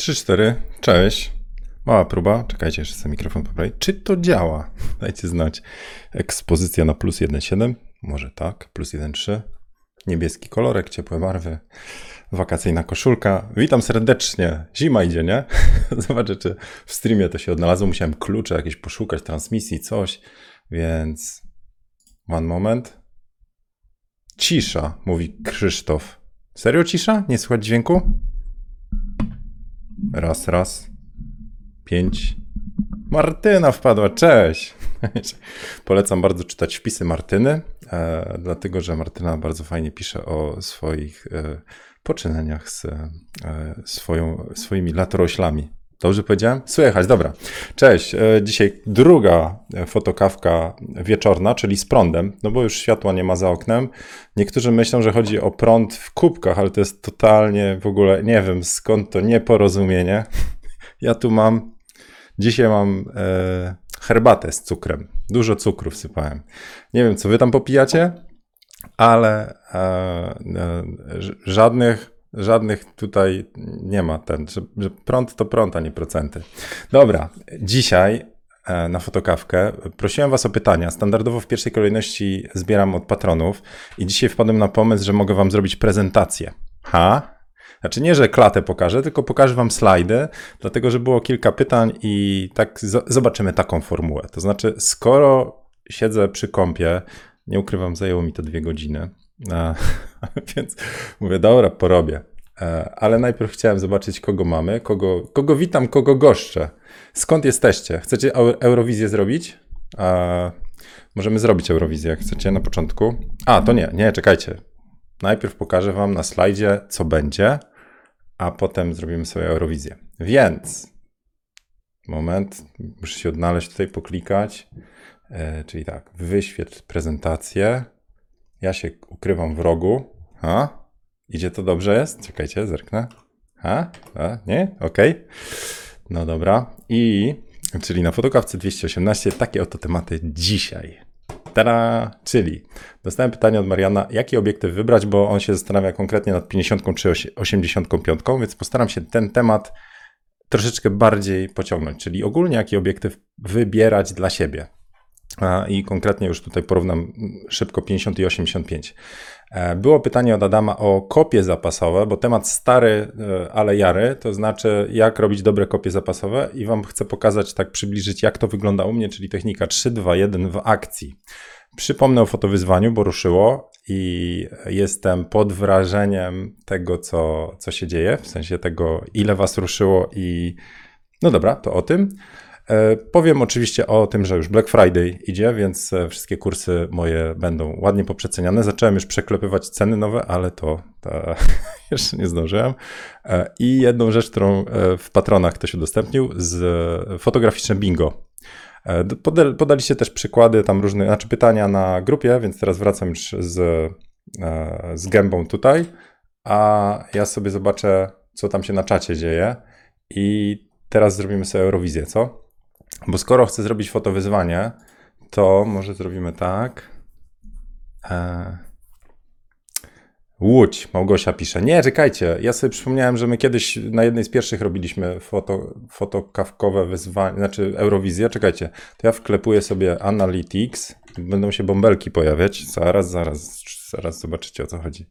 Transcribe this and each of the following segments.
3-4, cześć. Mała próba, czekajcie, jeszcze sobie mikrofon poprawić. Czy to działa? Dajcie znać. Ekspozycja na plus 1,7, może tak, plus 1,3. Niebieski kolorek, ciepłe barwy, wakacyjna koszulka. Witam serdecznie. Zima idzie, nie? Zobaczę, czy w streamie to się odnalazło. Musiałem klucze jakieś poszukać, transmisji, coś, więc... One moment. Cisza, mówi Krzysztof. Serio cisza? Nie słychać dźwięku? Raz. 5. Martyna wpadła, cześć! Polecam bardzo czytać wpisy Martyny, dlatego że Martyna bardzo fajnie pisze o swoich poczynaniach z swoimi latoroślami. Dobrze powiedziałem? Słychać, dobra. Cześć, dzisiaj druga fotokawka wieczorna, czyli z prądem, no bo już światła nie ma za oknem. Niektórzy myślą, że chodzi o prąd w kubkach, ale to jest totalnie w ogóle, nie wiem skąd to nieporozumienie. Ja tu dzisiaj mam herbatę z cukrem. Dużo cukru wsypałem. Nie wiem, co wy tam popijacie, ale żadnych tutaj nie ma że prąd to prąd, a nie procenty. Dobra, dzisiaj na fotokawkę prosiłem was o pytania. Standardowo w pierwszej kolejności zbieram od patronów i dzisiaj wpadłem na pomysł, że mogę wam zrobić prezentację. Znaczy nie, że klatę pokażę, tylko pokażę wam slajdy, dlatego że było kilka pytań i tak zobaczymy taką formułę. To znaczy, skoro siedzę przy kompie, nie ukrywam, zajęło mi to 2 godziny, więc mówię, dobra, porobię. Ale najpierw chciałem zobaczyć, kogo mamy, kogo witam, kogo goszczę. Skąd jesteście? Chcecie Eurowizję zrobić? Możemy zrobić Eurowizję, jak chcecie, na początku. To nie, czekajcie. Najpierw pokażę wam na slajdzie, co będzie, a potem zrobimy sobie Eurowizję. Więc, moment, muszę się odnaleźć tutaj, poklikać. Czyli tak, wyświetl prezentację. Ja się ukrywam w rogu. Idzie to dobrze jest? Czekajcie, zerknę. Nie? Okej. No dobra. Czyli na fotokawce 218 takie oto tematy dzisiaj. Tada! Czyli dostałem pytanie od Mariana, jaki obiektyw wybrać, bo on się zastanawia konkretnie nad 50 czy 85, więc postaram się ten temat troszeczkę bardziej pociągnąć, czyli ogólnie jaki obiektyw wybierać dla siebie. I konkretnie już tutaj porównam szybko 50 i 85. Było pytanie od Adama o kopie zapasowe, bo temat stary, ale jary, to znaczy jak robić dobre kopie zapasowe i wam chcę pokazać, tak przybliżyć, jak to wygląda u mnie, czyli technika 3, 2, 1 w akcji. Przypomnę o fotowyzwaniu, bo ruszyło i jestem pod wrażeniem tego, co się dzieje, w sensie tego, ile was ruszyło i no dobra, to o tym. Powiem oczywiście o tym, że już Black Friday idzie, więc wszystkie kursy moje będą ładnie poprzeceniane. Zacząłem już przeklepywać ceny nowe, ale to jeszcze nie zdążyłem. I jedną rzecz, którą w patronach ktoś udostępnił, z fotograficzne bingo. Podaliście też przykłady tam różne, znaczy pytania na grupie, więc teraz wracam już z gębą tutaj, a ja sobie zobaczę, co tam się na czacie dzieje i teraz zrobimy sobie Eurowizję, co? Bo skoro chcę zrobić fotowyzwanie, to może zrobimy tak. Łódź, Małgosia pisze. Nie, czekajcie, ja sobie przypomniałem, że my kiedyś na jednej z pierwszych robiliśmy fotokawkowe wyzwanie, znaczy Eurowizję. Czekajcie, to ja wklepuję sobie Analytics, będą się bąbelki pojawiać. Zaraz zobaczycie, o co chodzi.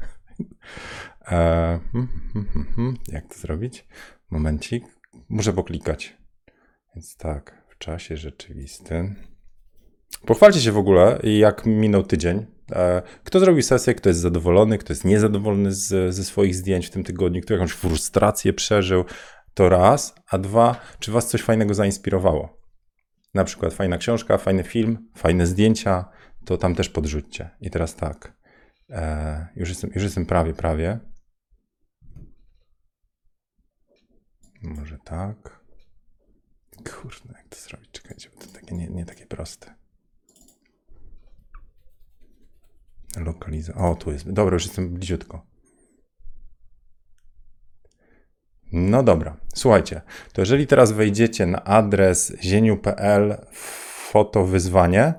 Jak to zrobić? Momencik, muszę poklikać. Więc tak, w czasie rzeczywistym. Pochwalcie się w ogóle, jak minął tydzień. Kto zrobił sesję, kto jest zadowolony, kto jest niezadowolony ze swoich zdjęć w tym tygodniu, kto jakąś frustrację przeżył, to raz, a 2, czy was coś fajnego zainspirowało? Na przykład fajna książka, fajny film, fajne zdjęcia, to tam też podrzućcie. I teraz tak, już jestem prawie. Może tak. Kurde, jak to zrobić? Czekajcie, bo to takie nie takie proste. O, tu jest. Dobra, już jestem bliziutko. No dobra, słuchajcie, to jeżeli teraz wejdziecie na adres zieniu.pl fotowyzwanie,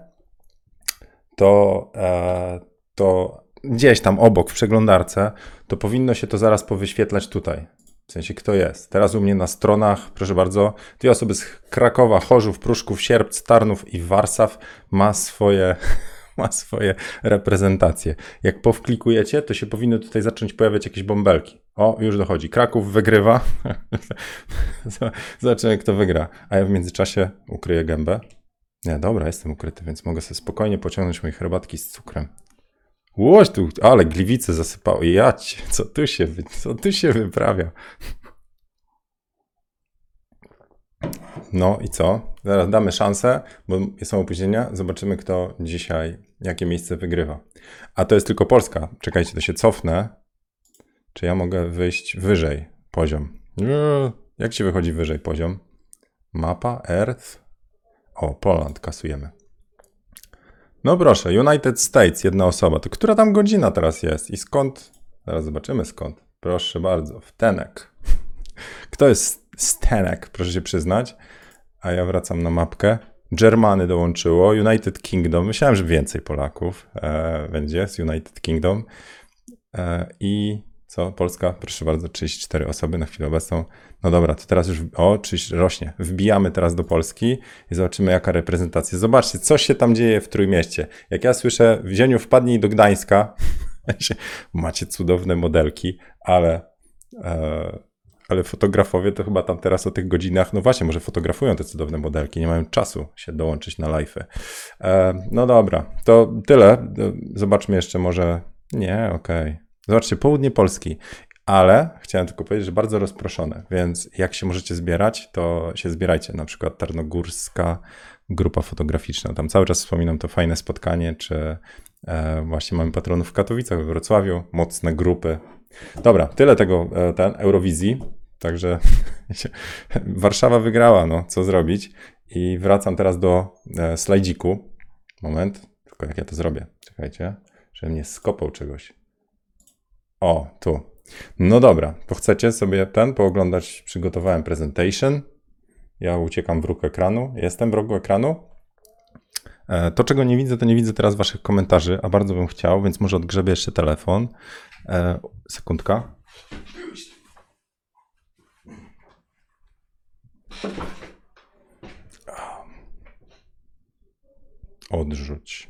to gdzieś tam obok w przeglądarce, to powinno się to zaraz powyświetlać tutaj. W sensie, kto jest. Teraz u mnie na stronach, proszę bardzo, dwie osoby z Krakowa, Chorzów, Pruszków, Sierpc, Tarnów i Warszaw ma swoje, ma swoje reprezentacje. Jak powklikujecie, to się powinny tutaj zacząć pojawiać jakieś bąbelki. O, już dochodzi. Kraków wygrywa. Zobaczymy, kto wygra. A ja w międzyczasie ukryję gębę. Nie, dobra, jestem ukryty, więc mogę sobie spokojnie pociągnąć moje herbatki z cukrem. Łoś tu, ale gliwice zasypało. Jać, co tu się wyprawia? No i co? Zaraz damy szansę, bo są opóźnienia. Zobaczymy, kto dzisiaj, jakie miejsce wygrywa. A to jest tylko Polska. Czekajcie, to się cofnę. Czy ja mogę wyjść wyżej poziom? Jak się wychodzi wyżej poziom? Mapa, Earth. O, Poland kasujemy. No proszę, United States, jedna osoba. To która tam godzina teraz jest? I skąd? Zaraz zobaczymy skąd. Proszę bardzo, Wtenek. Kto jest Stenek, proszę się przyznać. A ja wracam na mapkę. Germany dołączyło, United Kingdom. Myślałem, że więcej Polaków będzie z United Kingdom. I co? Polska, proszę bardzo, 34 osoby na chwilę obecną. No dobra, to teraz już, rośnie. Wbijamy teraz do Polski i zobaczymy, jaka reprezentacja. Zobaczcie, co się tam dzieje w Trójmieście. Jak ja słyszę, Wzieniu, wpadnij do Gdańska. Macie cudowne modelki, ale fotografowie to chyba tam teraz o tych godzinach, no właśnie, może fotografują te cudowne modelki, nie mają czasu się dołączyć na live'y. No dobra, to tyle. Zobaczmy jeszcze może, nie, okej. Zobaczcie, południe Polski, ale chciałem tylko powiedzieć, że bardzo rozproszone, więc jak się możecie zbierać, to się zbierajcie, na przykład Tarnogórska Grupa Fotograficzna, tam cały czas wspominam to fajne spotkanie, czy właśnie mamy patronów w Katowicach, we Wrocławiu, mocne grupy. Dobra, tyle tego, Eurowizji, także Warszawa wygrała, no co zrobić i wracam teraz do slajdziku, moment, tylko jak ja to zrobię, czekajcie, żebym nie skopał czegoś. O, tu. No dobra, to chcecie sobie pooglądać, przygotowałem presentation. Ja uciekam w róg ekranu, jestem w rogu ekranu. To, czego nie widzę, to nie widzę teraz waszych komentarzy, a bardzo bym chciał, więc może odgrzebię jeszcze telefon. Sekundka. Odrzuć.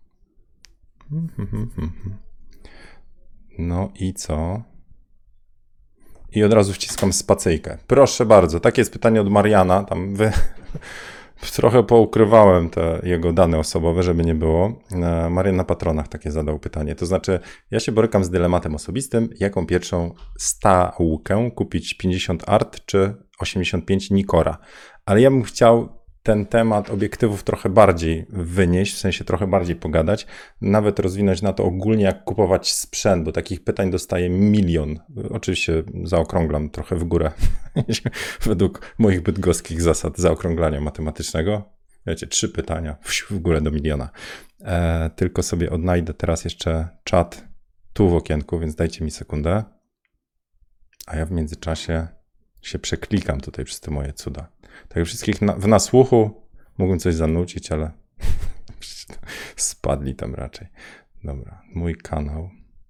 No i co? I od razu wciskam spacyjkę. Proszę bardzo, takie jest pytanie od Mariana. Tam trochę poukrywałem te jego dane osobowe, żeby nie było. Marian na Patronach takie zadał pytanie. To znaczy, ja się borykam z dylematem osobistym, jaką pierwszą stałkę kupić, 50 Art czy 85 Nikora. Ale ja bym chciał ten temat obiektywów trochę bardziej wynieść, w sensie trochę bardziej pogadać, nawet rozwinąć na to ogólnie, jak kupować sprzęt, bo takich pytań dostaję milion. Oczywiście zaokrąglam trochę w górę, według moich bydgoskich zasad zaokrąglania matematycznego. Wiecie, 3 pytania w górę do miliona. Tylko sobie odnajdę teraz jeszcze czat tu w okienku, więc dajcie mi sekundę. A ja w międzyczasie się przeklikam tutaj przez te moje cuda. Tak wszystkich w nasłuchu mógłbym coś zanucić, ale spadli tam raczej. Dobra, mój kanał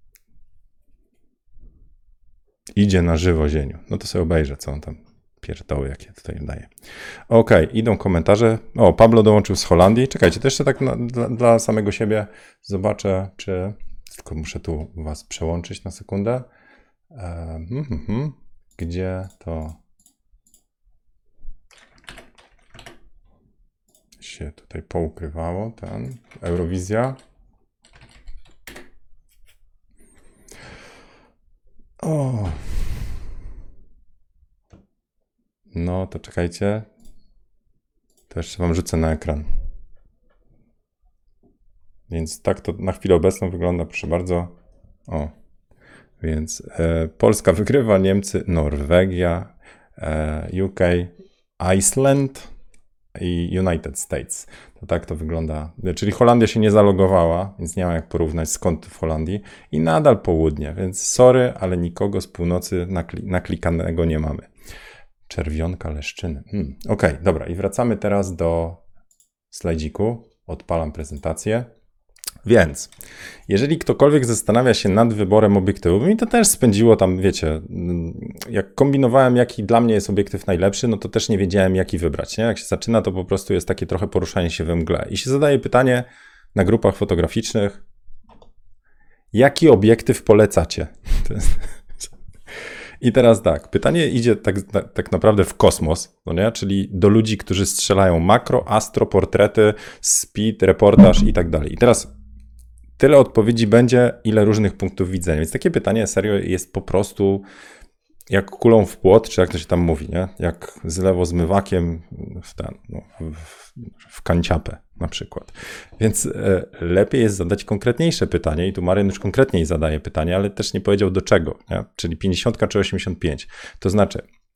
idzie na żywo, Zieniu. No to sobie obejrzę, co on tam pierdoły, jakie tutaj daje. Okej, idą komentarze. O, Pablo dołączył z Holandii. Czekajcie, to jeszcze tak dla samego siebie zobaczę, czy... Tylko muszę tu was przełączyć na sekundę. Gdzie to się tutaj poukrywało, Eurowizja. O. No to czekajcie. To jeszcze wam rzucę na ekran. Więc tak to na chwilę obecną wygląda, proszę bardzo. O. Więc Polska wygrywa, Niemcy, Norwegia, UK, Iceland i United States. To tak to wygląda. Czyli Holandia się nie zalogowała, więc nie ma jak porównać skąd w Holandii. I nadal południe, więc sorry, ale nikogo z północy naklikanego nie mamy. Czerwionka Leszczyny. Okej, dobra. I wracamy teraz do slajdziku. Odpalam prezentację. Więc jeżeli ktokolwiek zastanawia się nad wyborem obiektywu, bo mi to też spędziło tam, wiecie, jak kombinowałem, jaki dla mnie jest obiektyw najlepszy, no to też nie wiedziałem, jaki wybrać. Nie? Jak się zaczyna, to po prostu jest takie trochę poruszanie się we mgle. I się zadaje pytanie na grupach fotograficznych, jaki obiektyw polecacie? I teraz tak, pytanie idzie tak naprawdę w kosmos, no nie? Czyli do ludzi, którzy strzelają makro, astro, portrety, speed, reportaż i tak dalej. I teraz tyle odpowiedzi będzie, ile różnych punktów widzenia. Więc takie pytanie serio jest po prostu jak kulą w płot, czy jak to się tam mówi, nie? Jak z lewozmywakiem w kanciapę na przykład. Więc lepiej jest zadać konkretniejsze pytanie i tu Marian już konkretniej zadaje pytanie, ale też nie powiedział do czego, nie? Czyli 50 czy 85. To znaczy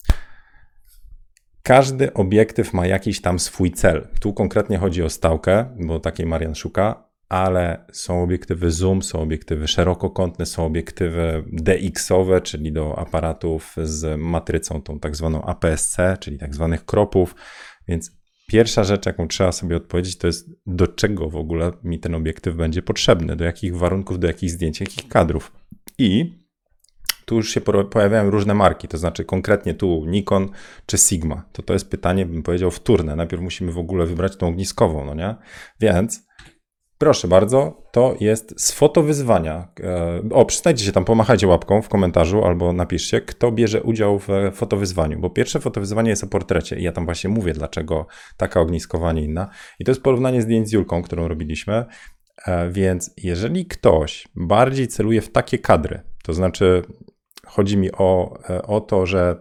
każdy obiektyw ma jakiś tam swój cel. Tu konkretnie chodzi o stałkę, bo takiej Marian szuka, ale są obiektywy zoom, są obiektywy szerokokątne, są obiektywy DX-owe, czyli do aparatów z matrycą tą tak zwaną APS-C, czyli tak zwanych kropów, więc pierwsza rzecz, jaką trzeba sobie odpowiedzieć, to jest do czego w ogóle mi ten obiektyw będzie potrzebny, do jakich warunków, do jakich zdjęć, jakich kadrów. I tu już się pojawiają różne marki, to znaczy konkretnie tu Nikon czy Sigma. To jest pytanie, bym powiedział, wtórne. Najpierw musimy w ogóle wybrać tą ogniskową, no nie? Więc proszę bardzo, to jest z fotowyzwania. Przystajcie się tam, pomachajcie łapką w komentarzu albo napiszcie, kto bierze udział w fotowyzwaniu, bo pierwsze fotowyzwanie jest o portrecie i ja tam właśnie mówię, dlaczego taka ogniskowa, nie inna. I to jest porównanie zdjęć z Julką, którą robiliśmy, więc jeżeli ktoś bardziej celuje w takie kadry, to znaczy chodzi mi o to, że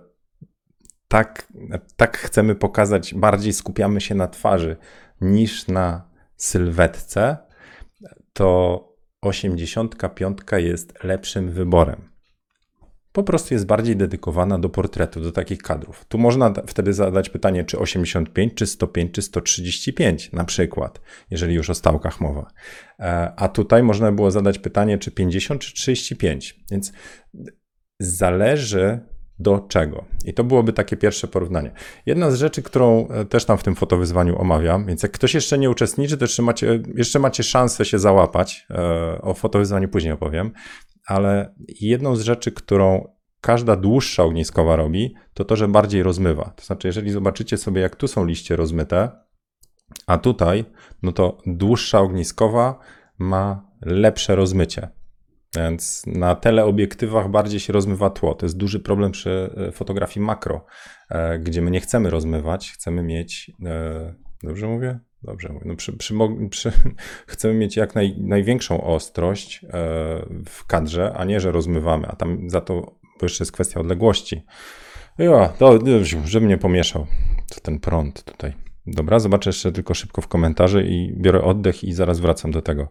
tak chcemy pokazać, bardziej skupiamy się na twarzy niż na sylwetce, to 85 jest lepszym wyborem. Po prostu jest bardziej dedykowana do portretu, do takich kadrów. Tu można wtedy zadać pytanie, czy 85, czy 105, czy 135 na przykład, jeżeli już o stałkach mowa. A tutaj można było zadać pytanie, czy 50, czy 35. Więc zależy do czego. I to byłoby takie pierwsze porównanie. Jedna z rzeczy, którą też tam w tym fotowyzwaniu omawiam, więc jak ktoś jeszcze nie uczestniczy, to jeszcze macie szansę się załapać. O fotowyzwaniu później opowiem. Ale jedną z rzeczy, którą każda dłuższa ogniskowa robi, to, że bardziej rozmywa. To znaczy, jeżeli zobaczycie sobie, jak tu są liście rozmyte, a tutaj, no to dłuższa ogniskowa ma lepsze rozmycie. Więc na teleobiektywach bardziej się rozmywa tło. To jest duży problem przy fotografii makro, gdzie my nie chcemy rozmywać, chcemy mieć... Dobrze mówię? Dobrze mówię. No chcemy mieć jak największą ostrość w kadrze, a nie, że rozmywamy, a tam za to, bo jeszcze jest kwestia odległości. To żebym nie pomieszał. To ten prąd tutaj. Dobra, zobaczę jeszcze tylko szybko w komentarze i biorę oddech i zaraz wracam do tego.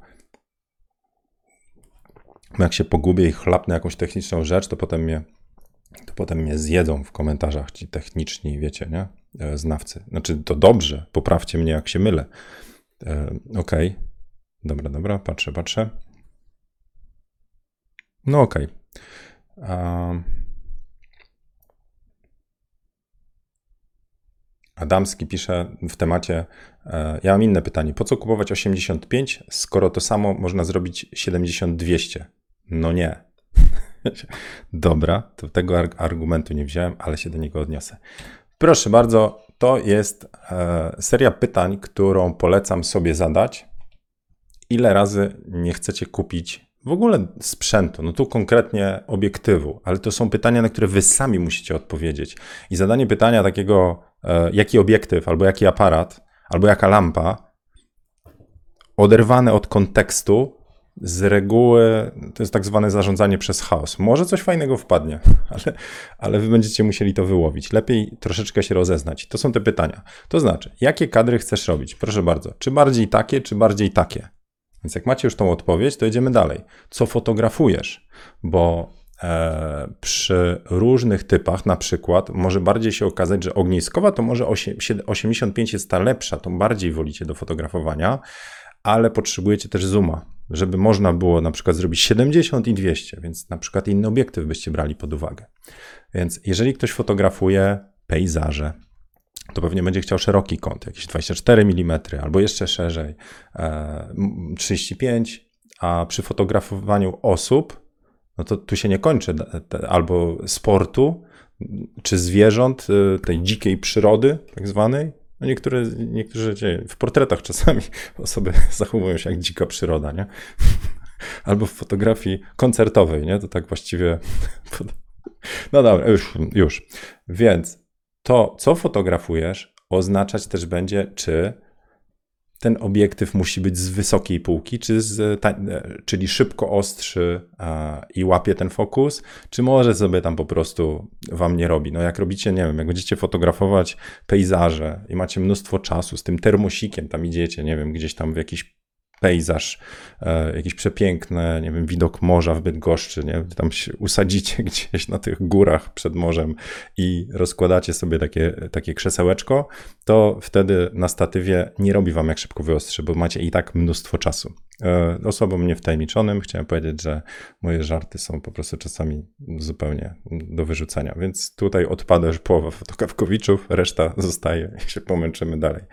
Jak się pogubię i chlapnę jakąś techniczną rzecz, to potem mnie zjedzą w komentarzach ci techniczni, wiecie, nie? Znawcy. Znaczy, to dobrze, poprawcie mnie, jak się mylę. Okej. Dobra, patrzę. No okej. Adamski pisze w temacie, ja mam inne pytanie. Po co kupować 85, skoro to samo można zrobić 70-200? No nie. Dobra, to tego argumentu nie wziąłem, ale się do niego odniosę. Proszę bardzo, to jest seria pytań, którą polecam sobie zadać. Ile razy nie chcecie kupić w ogóle sprzętu, no tu konkretnie obiektywu, ale to są pytania, na które wy sami musicie odpowiedzieć. I zadanie pytania takiego, jaki obiektyw, albo jaki aparat, albo jaka lampa, oderwane od kontekstu, z reguły to jest tak zwane zarządzanie przez chaos. Może coś fajnego wpadnie, ale wy będziecie musieli to wyłowić. Lepiej troszeczkę się rozeznać. To są te pytania. To znaczy, jakie kadry chcesz robić? Proszę bardzo. Czy bardziej takie, czy bardziej takie? Więc jak macie już tą odpowiedź, to idziemy dalej. Co fotografujesz? Bo przy różnych typach, na przykład, może bardziej się okazać, że ogniskowa to może 85 jest ta lepsza, to bardziej wolicie do fotografowania, ale potrzebujecie też zooma, żeby można było na przykład zrobić 70 i 200, więc na przykład inny obiektyw byście brali pod uwagę. Więc jeżeli ktoś fotografuje pejzaże, to pewnie będzie chciał szeroki kąt, jakieś 24 mm albo jeszcze szerzej, 35, a przy fotografowaniu osób, no to tu się nie kończy, albo sportu, czy zwierząt, tej dzikiej przyrody tak zwanej. No niektórzy w portretach czasami osoby zachowują się jak dzika przyroda, nie? Albo w fotografii koncertowej, nie? To tak właściwie... No dobra, już. Więc to, co fotografujesz, oznaczać też będzie, czy ten obiektyw musi być z wysokiej półki, czyli szybko ostrzy i łapie ten fokus, czy może sobie tam po prostu wam nie robi. No jak robicie, nie wiem, jak będziecie fotografować pejzaże i macie mnóstwo czasu, z tym termosikiem tam idziecie, nie wiem, gdzieś tam w jakiś pejzaż, jakiś przepiękny, nie wiem, widok morza w Bydgoszczy, nie? Tam się usadzicie gdzieś na tych górach przed morzem i rozkładacie sobie takie krzesełeczko, to wtedy na statywie nie robi wam jak szybko wyostrzy, bo macie i tak mnóstwo czasu. Osobom niewtajemniczonym chciałem powiedzieć, że moje żarty są po prostu czasami zupełnie do wyrzucenia, więc tutaj odpada już połowa fotokawkowiczów, reszta zostaje i się pomęczymy dalej.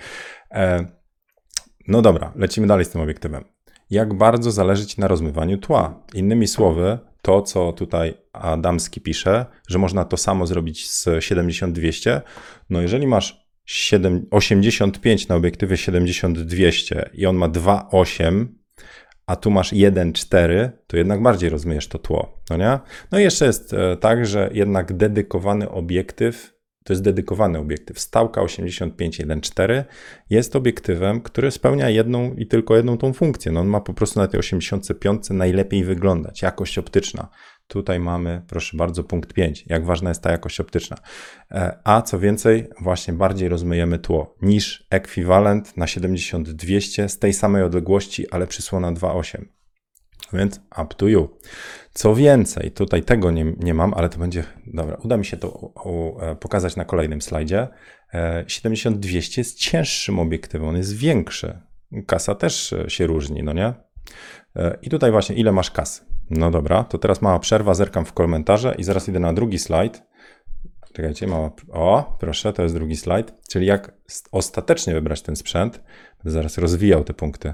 No dobra, lecimy dalej z tym obiektywem. Jak bardzo zależy ci na rozmywaniu tła? Innymi słowy, to co tutaj Adamski pisze, że można to samo zrobić z 70-200, no jeżeli masz 85 na obiektywie 70-200 i on ma 2,8, a tu masz 1,4, to jednak bardziej rozmyjesz to tło, no nie? No i jeszcze jest tak, że jednak dedykowany obiektyw, to jest dedykowany obiektyw. Stałka 85-1.4 jest obiektywem, który spełnia jedną i tylko jedną tą funkcję. No on ma po prostu na tej 85 najlepiej wyglądać, jakość optyczna. Tutaj mamy, proszę bardzo, punkt 5. Jak ważna jest ta jakość optyczna. A co więcej, właśnie bardziej rozmyjemy tło niż ekwiwalent na 70-200 z tej samej odległości, ale przysłona 2.8. Więc up to you. Co więcej, tutaj tego nie mam, ale to będzie, dobra, uda mi się to pokazać na kolejnym slajdzie. 70-200 jest cięższym obiektywem, on jest większy. Kasa też się różni, no nie? I tutaj właśnie, ile masz kasy? No dobra, to teraz mała przerwa, zerkam w komentarze i zaraz idę na drugi slajd. Czekajcie, o, proszę, to jest drugi slajd. Czyli jak ostatecznie wybrać ten sprzęt. Będę zaraz rozwijał te punkty.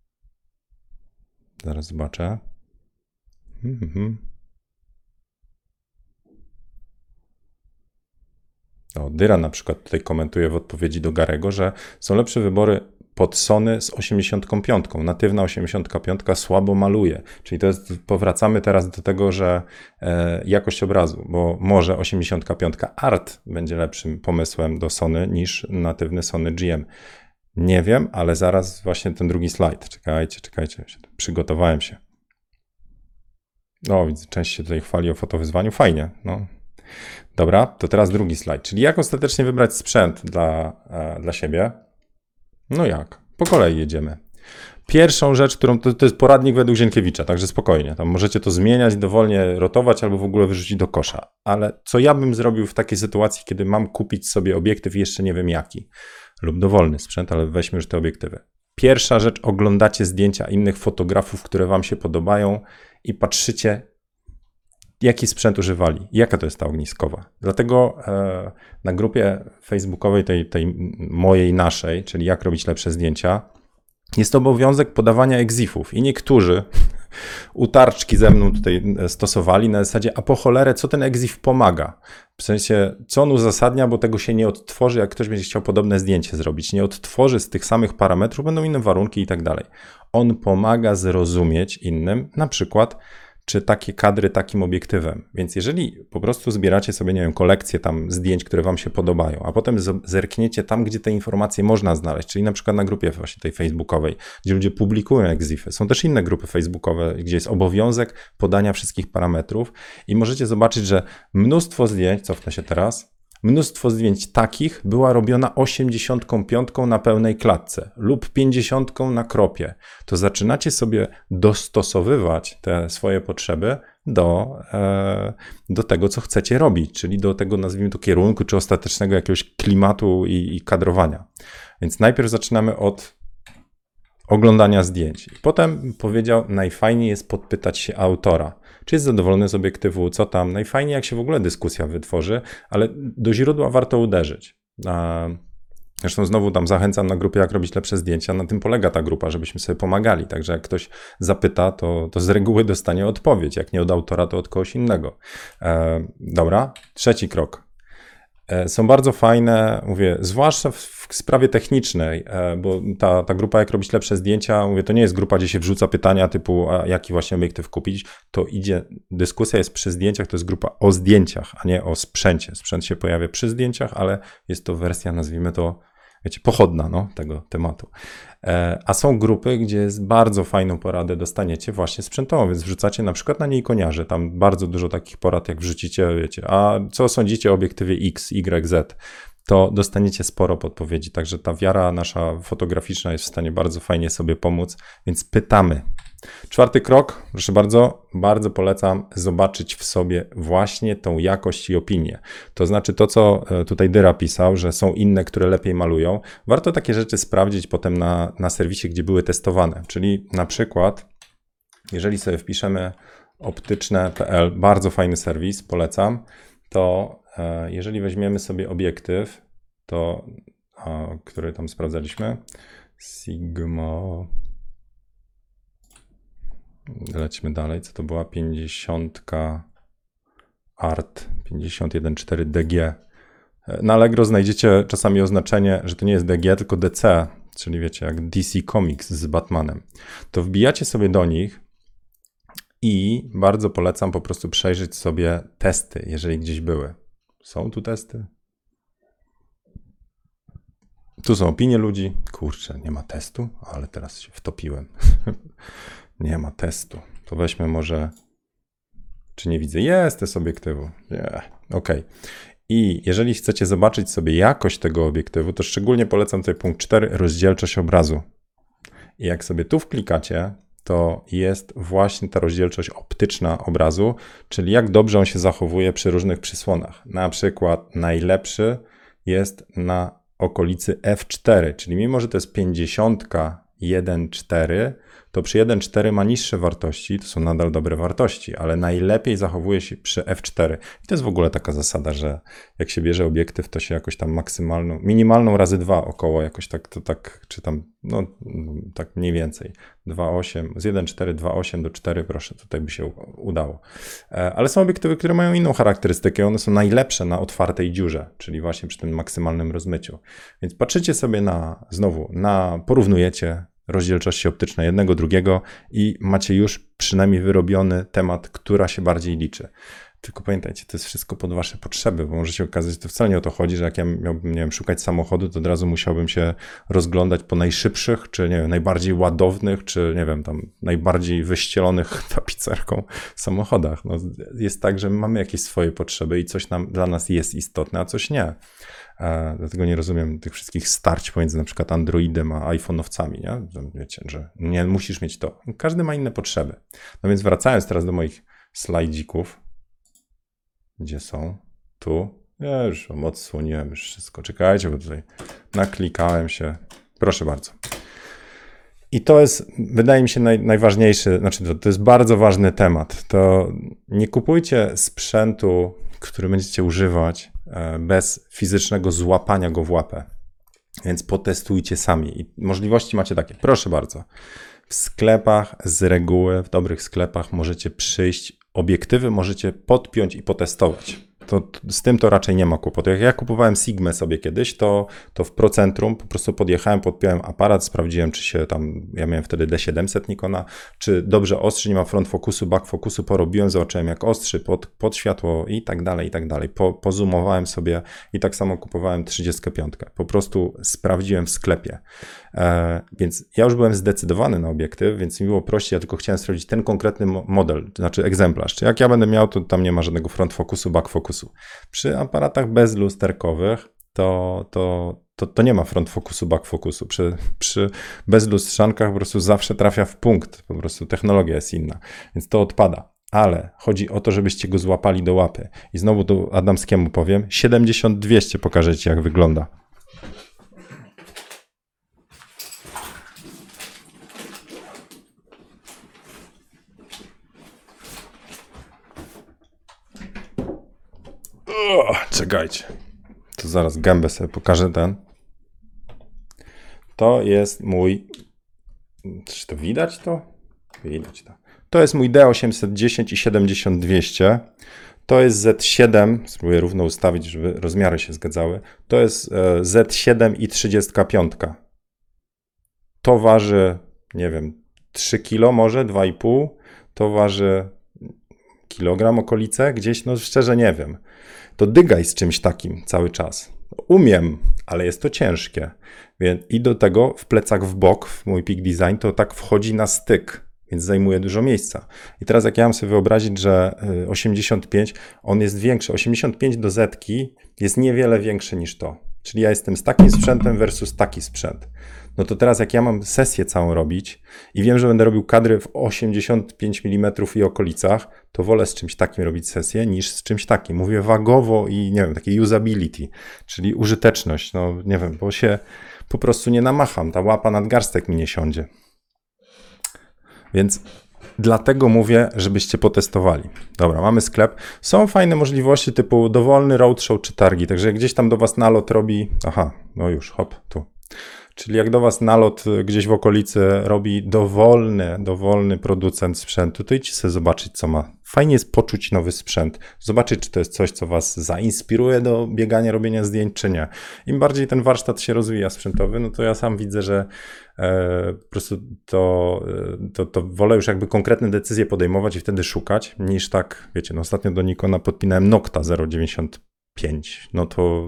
Zaraz zobaczę. O, Dyra na przykład tutaj komentuje w odpowiedzi do Garego, że są lepsze wybory pod Sony z 85. Natywna 85 słabo maluje. Czyli to jest, powracamy teraz do tego, że jakość obrazu, bo może 85 Art będzie lepszym pomysłem do Sony niż natywny Sony GM. Nie wiem, ale zaraz właśnie ten drugi slajd. Czekajcie, przygotowałem się. O, widzę, część się tutaj chwali o fotowyzwaniu. Fajnie, no. Dobra, to teraz drugi slajd. Czyli jak ostatecznie wybrać sprzęt dla siebie? No jak? Po kolei jedziemy. Pierwszą rzecz, którą to jest poradnik według Zienkiewicza, także spokojnie. Tam możecie to zmieniać, dowolnie rotować albo w ogóle wyrzucić do kosza. Ale co ja bym zrobił w takiej sytuacji, kiedy mam kupić sobie obiektyw i jeszcze nie wiem jaki? Lub dowolny sprzęt, ale weźmy już te obiektywy. Pierwsza rzecz, oglądacie zdjęcia innych fotografów, które wam się podobają i patrzycie, jaki sprzęt używali, jaka to jest ta ogniskowa. Dlatego na grupie facebookowej, tej mojej, naszej, czyli jak robić lepsze zdjęcia, jest obowiązek podawania exifów i niektórzy utarczki ze mną tutaj stosowali na zasadzie, a po cholerę, co ten exif pomaga? W sensie, co on uzasadnia, bo tego się nie odtworzy, jak ktoś będzie chciał podobne zdjęcie zrobić. Nie odtworzy z tych samych parametrów, będą inne warunki i tak dalej. On pomaga zrozumieć innym, na przykład, czy takie kadry takim obiektywem. Więc jeżeli po prostu zbieracie sobie, nie wiem, kolekcję tam zdjęć, które wam się podobają, a potem zerkniecie tam, gdzie te informacje można znaleźć, czyli na przykład na grupie właśnie tej facebookowej, gdzie ludzie publikują exify. Są też inne grupy facebookowe, gdzie jest obowiązek podania wszystkich parametrów i możecie zobaczyć, że mnóstwo zdjęć, cofnę się teraz, mnóstwo zdjęć takich była robiona 85 na pełnej klatce lub 50 na kropie. To zaczynacie sobie dostosowywać te swoje potrzeby do tego, co chcecie robić, czyli do tego, nazwijmy to, kierunku, czy ostatecznego jakiegoś klimatu i kadrowania. Więc najpierw zaczynamy od oglądania zdjęć. Potem powiedział, najfajniej jest podpytać się autora. Czy jest zadowolony z obiektywu, co tam? Najfajniej, jak się w ogóle dyskusja wytworzy, ale do źródła warto uderzyć. Zresztą znowu tam zachęcam na grupie, jak robić lepsze zdjęcia. Na tym polega ta grupa, żebyśmy sobie pomagali. Także jak ktoś zapyta, to z reguły dostanie odpowiedź. Jak nie od autora, to od kogoś innego. Dobra, trzeci krok. Są bardzo fajne, mówię, zwłaszcza w sprawie technicznej, bo ta grupa, jak robić lepsze zdjęcia, mówię, to nie jest grupa, gdzie się wrzuca pytania typu, a jaki właśnie obiektyw kupić. To idzie, dyskusja jest przy zdjęciach, to jest grupa o zdjęciach, a nie o sprzęcie. Sprzęt się pojawia przy zdjęciach, ale jest to wersja, nazwijmy to, wiecie, pochodna tego tematu. A są grupy, gdzie bardzo fajną poradę dostaniecie właśnie sprzętową, więc wrzucacie na przykład na niej koniarze. Tam bardzo dużo takich porad, jak wrzucicie, wiecie, a co sądzicie o obiektywie X, Y, Z, to dostaniecie sporo podpowiedzi. Także ta wiara nasza fotograficzna jest w stanie bardzo fajnie sobie pomóc, więc pytamy. Czwarty krok, proszę bardzo, bardzo polecam zobaczyć w sobie właśnie tą jakość i opinię. To znaczy to, co tutaj Dyra pisał, że są inne, które lepiej malują. Warto takie rzeczy sprawdzić potem na serwisie, gdzie były testowane. Czyli na przykład, jeżeli sobie wpiszemy optyczne.pl, bardzo fajny serwis, polecam, to jeżeli weźmiemy sobie obiektyw, to, który tam sprawdzaliśmy, Sigma... Lećmy dalej, co to była 50 Art 51.4 DG. Na Allegro znajdziecie czasami oznaczenie, że to nie jest DG, tylko DC, czyli wiecie, jak DC Comics z Batmanem. To wbijacie sobie do nich i bardzo polecam po prostu przejrzeć sobie testy, jeżeli gdzieś były. Są tu testy? Tu są opinie ludzi. Kurczę, nie ma testu, ale teraz się wtopiłem. Nie ma testu. To weźmy może... Czy nie widzę? Jest test obiektywu. OK. I jeżeli chcecie zobaczyć sobie jakość tego obiektywu, to szczególnie polecam tutaj punkt 4, rozdzielczość obrazu. I jak sobie tu wklikacie, to jest właśnie ta rozdzielczość optyczna obrazu, czyli jak dobrze on się zachowuje przy różnych przysłonach. Na przykład najlepszy jest na okolicy f4, czyli mimo, że to jest 50 1.4, to przy 1.4 ma niższe wartości, to są nadal dobre wartości, ale najlepiej zachowuje się przy f4. I to jest w ogóle taka zasada, że jak się bierze obiektyw, to się jakoś tam maksymalną, minimalną razy 2 około, jakoś tak, to tak, czy tam, no tak mniej więcej. 2.8, z 1.4, 2.8 do 4, proszę, tutaj by się udało. Ale są obiektywy, które mają inną charakterystykę, one są najlepsze na otwartej dziurze, czyli właśnie przy tym maksymalnym rozmyciu. Więc patrzycie sobie porównujecie rozdzielczości optyczne jednego, drugiego i macie już przynajmniej wyrobiony temat, która się bardziej liczy. Tylko pamiętajcie, to jest wszystko pod wasze potrzeby, bo może się okazać, że to wcale nie o to chodzi, że jak ja miałbym, nie wiem, szukać samochodu, to od razu musiałbym się rozglądać po najszybszych, czy nie wiem, najbardziej ładownych, czy nie wiem, tam najbardziej wyścielonych tapicerką samochodach. No, jest tak, że mamy jakieś swoje potrzeby i coś dla nas jest istotne, a coś nie. Dlatego nie rozumiem tych wszystkich starć pomiędzy na przykład Androidem a iPhone'owcami, nie? Wiecie, że nie musisz mieć to. Każdy ma inne potrzeby. No więc wracając teraz do moich slajdzików. Gdzie są? Tu. Ja już wam odsłoniłem już wszystko. Czekajcie, bo tutaj naklikałem się. Proszę bardzo. I to jest, wydaje mi się, najważniejszy, znaczy to jest bardzo ważny temat. To nie kupujcie sprzętu, który będziecie używać bez fizycznego złapania go w łapę. Więc potestujcie sami. I możliwości macie takie. Proszę bardzo. W sklepach z reguły, w dobrych sklepach możecie przyjść, obiektywy możecie podpiąć i potestować. Z tym to raczej nie ma kłopotu. Jak ja kupowałem Sigmę sobie kiedyś, to w Procentrum po prostu podjechałem, podpiąłem aparat, sprawdziłem, czy się tam, ja miałem wtedy D700 Nikona, czy dobrze ostrzy, nie ma front fokusu, back fokusu, porobiłem, zobaczyłem jak ostrzy, pod światło i tak dalej, i tak dalej. Pozumowałem sobie i tak samo kupowałem 35. Po prostu sprawdziłem w sklepie. Więc ja już byłem zdecydowany na obiektyw, więc mi było prościej, ja tylko chciałem sprawdzić ten konkretny model, to znaczy egzemplarz. Czy jak ja będę miał, to tam nie ma żadnego front fokusu, back fokusu. Przy aparatach bezlusterkowych to nie ma front fokusu, back fokusu. Przy bezlustrzankach po prostu zawsze trafia w punkt, po prostu technologia jest inna, więc to odpada. Ale chodzi o to, żebyście go złapali do łapy. I znowu tu Adamskiemu powiem, 70-200 pokażę ci, jak wygląda. Czekajcie. To zaraz gębę sobie pokażę ten. To jest mój... Czy to widać to? Widać to. To jest mój D810 i 70-200. To jest Z7, spróbuję równo ustawić, żeby rozmiary się zgadzały. To jest Z7 i 35. To waży, nie wiem, 3 kilo może, 2,5. To waży kilogram okolice, gdzieś, no szczerze nie wiem. To dygaj z czymś takim cały czas. Umiem, ale jest to ciężkie. Więc i do tego w plecach w bok, w mój Peak Design, to tak wchodzi na styk, więc zajmuje dużo miejsca. I teraz jak ja mam sobie wyobrazić, że 85, on jest większy. 85 do Zetki jest niewiele większy niż to. Czyli ja jestem z takim sprzętem versus taki sprzęt. No to teraz jak ja mam sesję całą robić i wiem, że będę robił kadry w 85 mm i okolicach, to wolę z czymś takim robić sesję niż z czymś takim. Mówię wagowo i nie wiem, takie usability, czyli użyteczność. No nie wiem, bo się po prostu nie namacham. Ta łapa nadgarstek mi nie siądzie. Więc dlatego mówię, żebyście potestowali. Dobra, mamy sklep. Są fajne możliwości typu dowolny roadshow czy targi, także jak gdzieś tam do was nalot robi... Aha, no już, hop, tu. Czyli jak do was nalot gdzieś w okolicy robi dowolny producent sprzętu, to idźcie sobie zobaczyć, co ma. Fajnie jest poczuć nowy sprzęt, zobaczyć, czy to jest coś, co was zainspiruje do biegania, robienia zdjęć, czy nie. Im bardziej ten warsztat się rozwija sprzętowy, no to ja sam widzę, że po prostu to wolę już jakby konkretne decyzje podejmować i wtedy szukać, niż tak, wiecie, no ostatnio do Nikona podpinałem Nocta 0,95, no to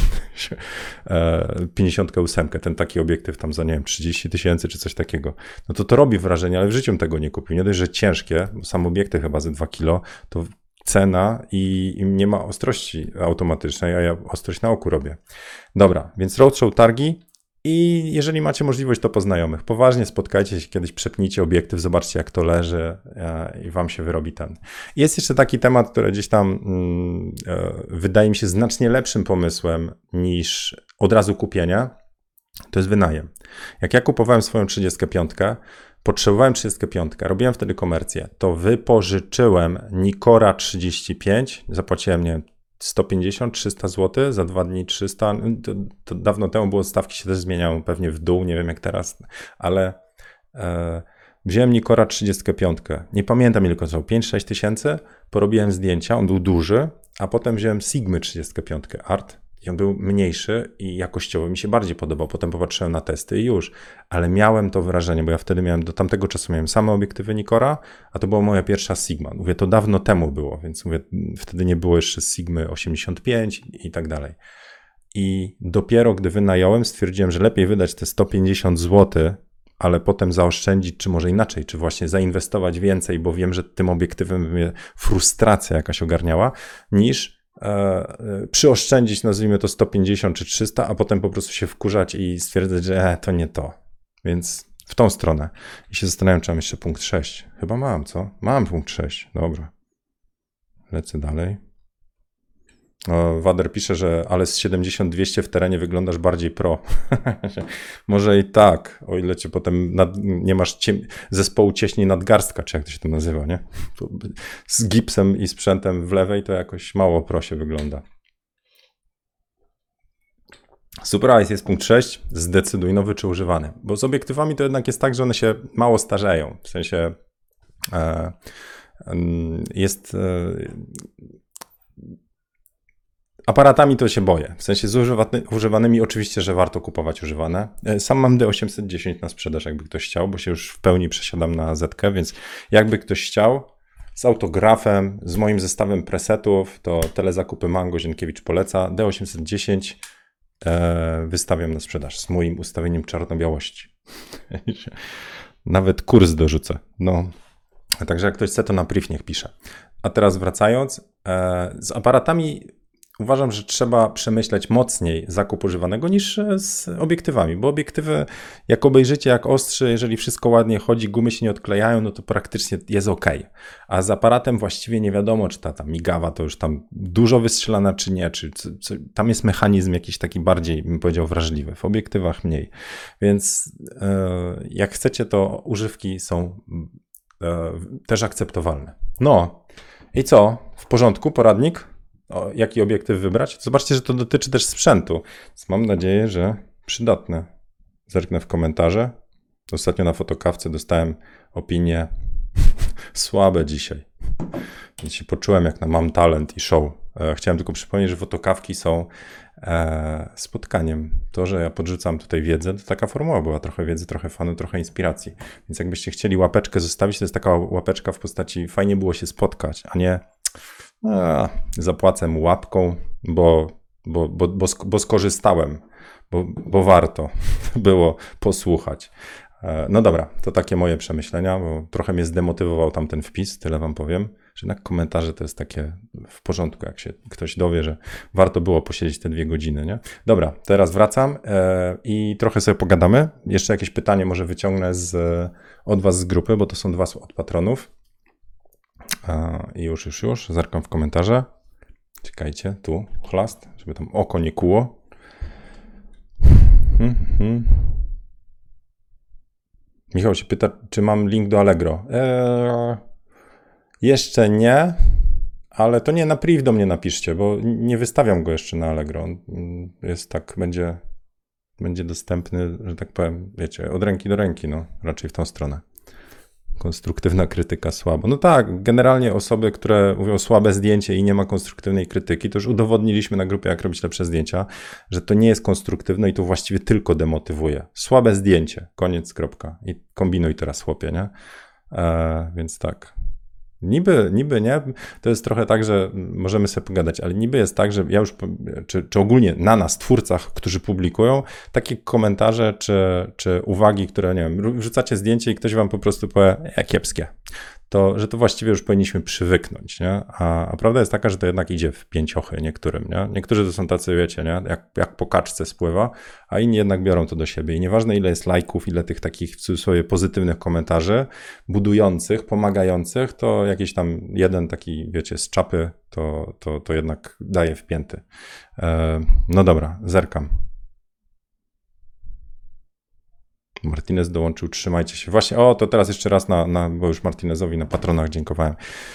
58, ten taki obiektyw tam za, nie wiem, 30 000 czy coś takiego, no to robi wrażenie, ale w życiu tego nie kupił. Nie dość, że ciężkie, bo sam obiektyw chyba ze 2 kilo, to cena i nie ma ostrości automatycznej, a ja ostrość na oku robię. Dobra, więc roadshow, targi i jeżeli macie możliwość, to po znajomych. Poważnie spotkajcie się kiedyś, przepnijcie obiektyw, zobaczcie jak to leży i wam się wyrobi ten. Jest jeszcze taki temat, który gdzieś tam wydaje mi się znacznie lepszym pomysłem niż od razu kupienie, to jest wynajem. Jak ja kupowałem swoją 35, potrzebowałem 35, robiłem wtedy komercję, to wypożyczyłem Nikora 35, zapłaciłem, nie wiem, 150-300 zł, za 2 dni 300, to dawno temu było, stawki się też zmieniały, pewnie w dół, nie wiem jak teraz, ale wziąłem Nikora 35, nie pamiętam ile kosztował, 5-6 tysięcy, porobiłem zdjęcia, on był duży, a potem wziąłem Sigmy 35 Art i on był mniejszy i jakościowo mi się bardziej podobał, potem popatrzyłem na testy i już, ale miałem to wrażenie, bo ja wtedy miałem, do tamtego czasu miałem same obiektywy Nikora, a to była moja pierwsza Sigma, mówię, to dawno temu było, więc mówię, wtedy nie było jeszcze Sigmy 85 i tak dalej. I dopiero gdy wynająłem, stwierdziłem, że lepiej wydać te 150 zł, ale potem zaoszczędzić, czy może inaczej, czy właśnie zainwestować więcej, bo wiem, że tym obiektywem mnie frustracja jakaś ogarniała, niż przyoszczędzić, nazwijmy to 150 czy 300, a potem po prostu się wkurzać i stwierdzać, że to nie to. Więc w tą stronę. I się zastanawiam, czy mam jeszcze punkt 6. Chyba mam, co? Mam punkt 6. Dobra. Lecę dalej. Wader pisze, że ale z 70-200 w terenie wyglądasz bardziej pro. Może i tak, o ile cię potem nie masz zespołu cieśni nadgarstka, czy jak to się to nazywa, nie? Z gipsem i sprzętem w lewej to jakoś mało pro się wygląda. Super Ice jest punkt 6. Zdecyduj nowy czy używany. Bo z obiektywami to jednak jest tak, że one się mało starzeją. W sensie jest... Aparatami to się boję. W sensie z używanymi oczywiście, że warto kupować używane. Sam mam D810 na sprzedaż, jakby ktoś chciał, bo się już w pełni przesiadam na Zetkę, więc jakby ktoś chciał, z autografem, z moim zestawem presetów, to telezakupy Mango Zienkiewicz poleca. D810 wystawiam na sprzedaż z moim ustawieniem czarno-białości. Nawet kurs dorzucę. No. Także jak ktoś chce, to na priv niech pisze. A teraz wracając, z aparatami uważam, że trzeba przemyśleć mocniej zakup używanego niż z obiektywami, bo obiektywy, jak obejrzycie, jak ostrzy, jeżeli wszystko ładnie chodzi, gumy się nie odklejają, no to praktycznie jest ok. A z aparatem właściwie nie wiadomo, czy ta migawa to już tam dużo wystrzelana, czy nie, czy tam jest mechanizm jakiś taki bardziej, bym powiedział, wrażliwy. W obiektywach mniej. Więc jak chcecie, to używki są też akceptowalne. No i co? W porządku, poradnik? jaki obiektyw wybrać. Zobaczcie, że to dotyczy też sprzętu. Więc mam nadzieję, że przydatne. Zerknę w komentarze. Ostatnio na fotokawce dostałem opinię słabe dzisiaj. Więc się poczułem jak na Mam Talent i Show. Chciałem tylko przypomnieć, że fotokawki są spotkaniem. To, że ja podrzucam tutaj wiedzę, to taka formuła była. Trochę wiedzy, trochę fanu, trochę inspiracji. Więc jakbyście chcieli łapeczkę zostawić, to jest taka łapeczka w postaci fajnie było się spotkać, a nie zapłacę mu łapką, bo skorzystałem, bo warto było posłuchać. No dobra, to takie moje przemyślenia, bo trochę mnie zdemotywował tamten wpis, tyle wam powiem, że jednak komentarze to jest takie w porządku, jak się ktoś dowie, że warto było posiedzieć te 2 godziny, nie? Dobra, teraz wracam i trochę sobie pogadamy. Jeszcze jakieś pytanie może wyciągnę od was z grupy, bo to są 2 od patronów. I już, zerkam w komentarze. Czekajcie, tu, chlast, żeby tam oko nie kuło. Michał się pyta, czy mam link do Allegro. Jeszcze nie, ale to nie na priv do mnie napiszcie, bo nie wystawiam go jeszcze na Allegro. Jest tak, będzie dostępny, że tak powiem, wiecie, od ręki do ręki, no, raczej w tą stronę. Konstruktywna krytyka słabo. No tak, generalnie osoby, które mówią słabe zdjęcie i nie ma konstruktywnej krytyki, to już udowodniliśmy na grupie, jak robić lepsze zdjęcia, że to nie jest konstruktywne i to właściwie tylko demotywuje. Słabe zdjęcie, koniec, kropka. I kombinuj teraz, chłopie, nie? Więc tak. Niby nie, to jest trochę tak, że możemy sobie pogadać, ale niby jest tak, że ja już, czy ogólnie na nas, twórcach, którzy publikują, takie komentarze, czy uwagi, które, nie wiem, wrzucacie zdjęcie i ktoś wam po prostu powie, kiepskie, że to właściwie już powinniśmy przywyknąć, nie? A prawda jest taka, że to jednak idzie w pięciochy niektórym, nie? Niektórzy to są tacy, wiecie, nie? Jak po kaczce spływa, a inni jednak biorą to do siebie i nieważne ile jest lajków, ile tych takich w cudzysłowie pozytywnych komentarzy, budujących, pomagających, to jakiś tam jeden taki, wiecie, z czapy, to jednak daje w pięty. No dobra, zerkam. Martinez dołączył, trzymajcie się. Właśnie, to teraz jeszcze raz, bo już Martinezowi na patronach dziękowałem.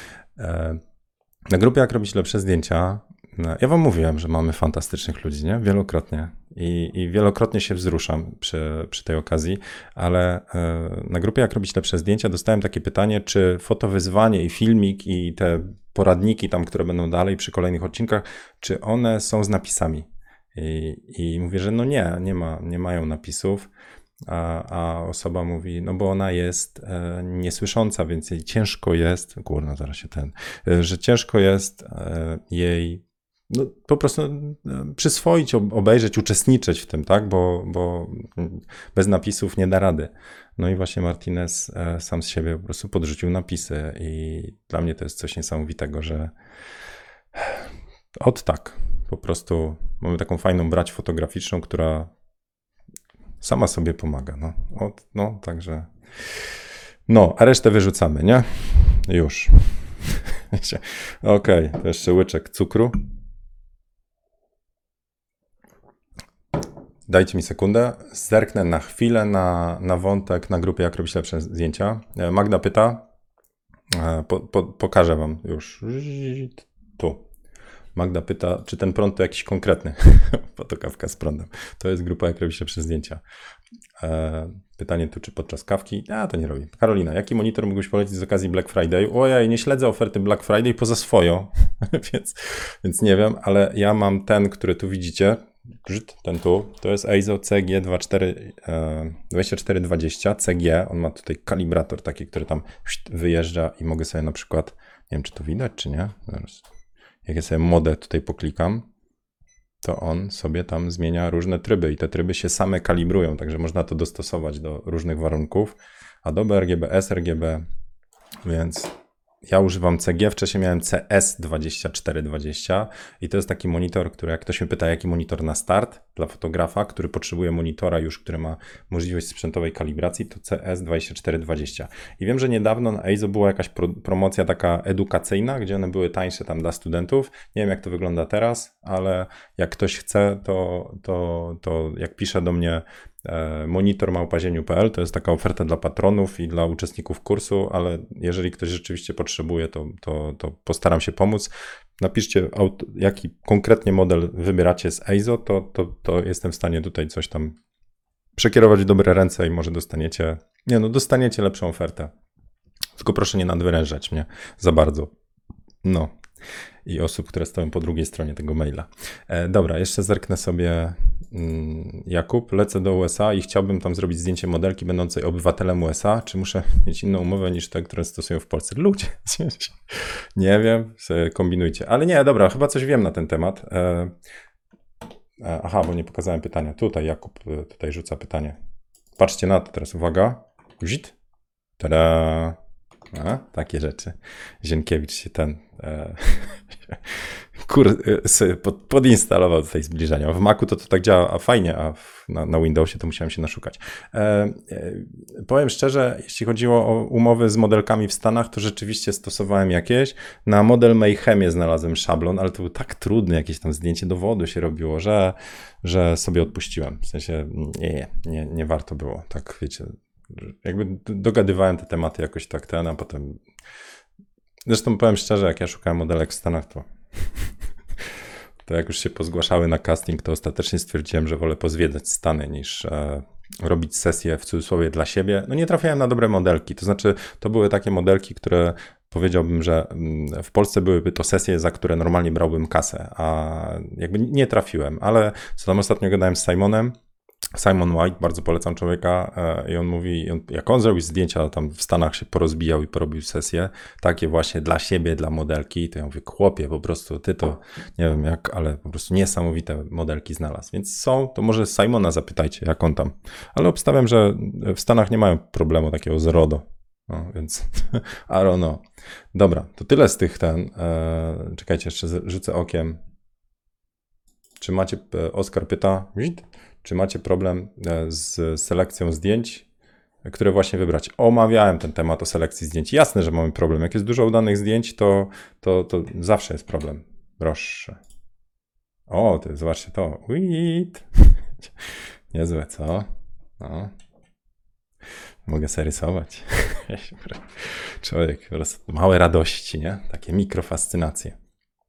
Na grupie Jak robić lepsze zdjęcia, ja wam mówiłem, że mamy fantastycznych ludzi, nie? Wielokrotnie. I wielokrotnie się wzruszam przy tej okazji, ale na grupie Jak robić lepsze zdjęcia dostałem takie pytanie, czy fotowyzwanie i filmik i te poradniki tam, które będą dalej przy kolejnych odcinkach, czy one są z napisami? I mówię, że no nie mają napisów. A osoba mówi, no bo ona jest niesłysząca, więc jej ciężko jest, kurna, zaraz się że ciężko jest jej no, po prostu przyswoić, obejrzeć, uczestniczyć w tym, tak, bo bez napisów nie da rady. No i właśnie Martinez sam z siebie po prostu podrzucił napisy i dla mnie to jest coś niesamowitego, że tak, po prostu mamy taką fajną brać fotograficzną, która sama sobie pomaga, także. No, a resztę wyrzucamy, nie? Już. Okej, to jeszcze łyczek cukru. Dajcie mi sekundę. Zerknę na chwilę na wątek na grupie Jak robić lepsze zdjęcia. Magda pyta. Pokażę wam już. Tu. Magda pyta, czy ten prąd to jakiś konkretny. Fotokawka z prądem. To jest grupa Jak robić lepsze zdjęcia. Pytanie tu, czy podczas kawki? To nie robi. Karolina, jaki monitor mógłbyś polecić z okazji Black Friday? Ojej, nie śledzę oferty Black Friday poza swoją, więc nie wiem, ale ja mam ten, który tu widzicie. Ten tu, to jest Eizo CG 2420 CG. On ma tutaj kalibrator taki, który tam wyjeżdża i mogę sobie na przykład, nie wiem, czy to widać, czy nie. Zaraz. Jak ja sobie modę tutaj poklikam, to on sobie tam zmienia różne tryby i te tryby się same kalibrują, także można to dostosować do różnych warunków. Adobe RGB, sRGB, więc ja używam CG, wcześniej miałem CS2420 i to jest taki monitor, który jak ktoś mnie pyta, jaki monitor na start dla fotografa, który potrzebuje monitora już, który ma możliwość sprzętowej kalibracji, to CS2420. I wiem, że niedawno na Eizo była jakaś promocja taka edukacyjna, gdzie one były tańsze tam dla studentów. Nie wiem, jak to wygląda teraz, ale jak ktoś chce, to jak pisze do mnie monitor@zieniu.pl, to jest taka oferta dla patronów i dla uczestników kursu, ale jeżeli ktoś rzeczywiście potrzebuje, to postaram się pomóc. napiszcie, jaki konkretnie model wybieracie z EIZO, to jestem w stanie tutaj coś tam przekierować w dobre ręce i może dostaniecie lepszą ofertę. Tylko proszę nie nadwyrężać mnie za bardzo. No. I osób, które stoją po drugiej stronie tego maila. Dobra, jeszcze zerknę sobie Jakub. Lecę do USA i chciałbym tam zrobić zdjęcie modelki będącej obywatelem USA. Czy muszę mieć inną umowę niż te, które stosują w Polsce? Ludzie, nie wiem, kombinujcie. Ale nie, dobra, chyba coś wiem na ten temat. Aha, bo nie pokazałem pytania. Tutaj Jakub tutaj rzuca pytanie. Patrzcie na to teraz, uwaga. Zit. Tada. Takie rzeczy. Zienkiewicz się podinstalował do tej zbliżenia. W Macu to tak działa fajnie, a na Windowsie to musiałem się naszukać. Powiem szczerze, jeśli chodziło o umowy z modelkami w Stanach, to rzeczywiście stosowałem jakieś. Na model Mayhemie znalazłem szablon, ale to był tak trudny, jakieś tam zdjęcie dowodu się robiło, że sobie odpuściłem. W sensie nie warto było, tak wiecie. Jakby dogadywałem te tematy jakoś tak a potem... Zresztą powiem szczerze, jak ja szukałem modelek w Stanach, to jak już się pozgłaszały na casting, to ostatecznie stwierdziłem, że wolę pozwiedzać Stany niż robić sesję w cudzysłowie dla siebie. No nie trafiałem na dobre modelki, to znaczy to były takie modelki, które powiedziałbym, że w Polsce byłyby to sesje, za które normalnie brałbym kasę, a jakby nie trafiłem, ale co tam ostatnio gadałem z Simonem, Simon White, bardzo polecam człowieka i on mówi, jak on zrobił zdjęcia, tam w Stanach się porozbijał i porobił sesje, takie właśnie dla siebie, dla modelki, to ja mówię, chłopie, po prostu ty to, nie wiem jak, ale po prostu niesamowite modelki znalazł, więc to może Simona zapytajcie, jak on tam, ale obstawiam, że w Stanach nie mają problemu takiego z RODO, no, więc I don't know. Dobra, to tyle z tych czekajcie, jeszcze rzucę okiem. Czy macie, Oskar pyta, czy macie problem z selekcją zdjęć, które właśnie wybrać? Omawiałem ten temat o selekcji zdjęć. Jasne, że mamy problem. Jak jest dużo udanych zdjęć, to zawsze jest problem. Proszę. O, zobaczcie to. Niezłe, co? No. Mogę sobie rysować. Człowiek, po prostu małe radości, nie? Takie mikrofascynacje.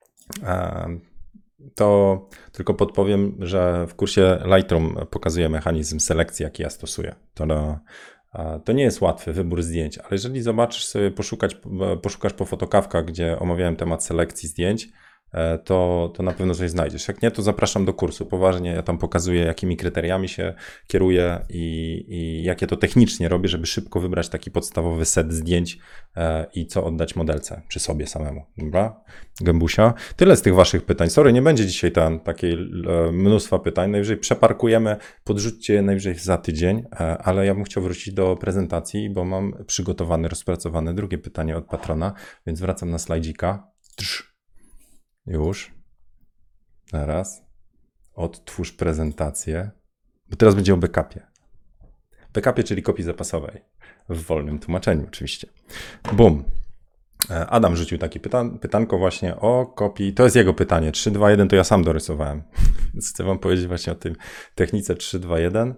To tylko podpowiem, że w kursie Lightroom pokazuję mechanizm selekcji, jaki ja stosuję. To nie jest łatwy wybór zdjęć, ale jeżeli zobaczysz sobie, poszukasz po fotokawkach, gdzie omawiałem temat selekcji zdjęć, to na pewno coś znajdziesz. Jak nie, to zapraszam do kursu. Poważnie, ja tam pokazuję, jakimi kryteriami się kieruję i jakie to technicznie robię, żeby szybko wybrać taki podstawowy set zdjęć i co oddać modelce, czy sobie samemu. Dobra? Gębusia. Tyle z tych waszych pytań. Sorry, nie będzie dzisiaj takiej mnóstwa pytań. Najwyżej przeparkujemy, podrzućcie je najwyżej za tydzień, ale ja bym chciał wrócić do prezentacji, bo mam rozpracowane drugie pytanie od patrona, więc wracam na slajdzika. Już. Zaraz. Odtwórz prezentację. Bo teraz będzie o backupie. Backupie, czyli kopii zapasowej. W wolnym tłumaczeniu oczywiście. Bum. Adam rzucił takie pytanko właśnie o kopii. To jest jego pytanie. 3, 2, 1 to ja sam dorysowałem. Więc chcę wam powiedzieć właśnie o tym technice 3, 2, 1.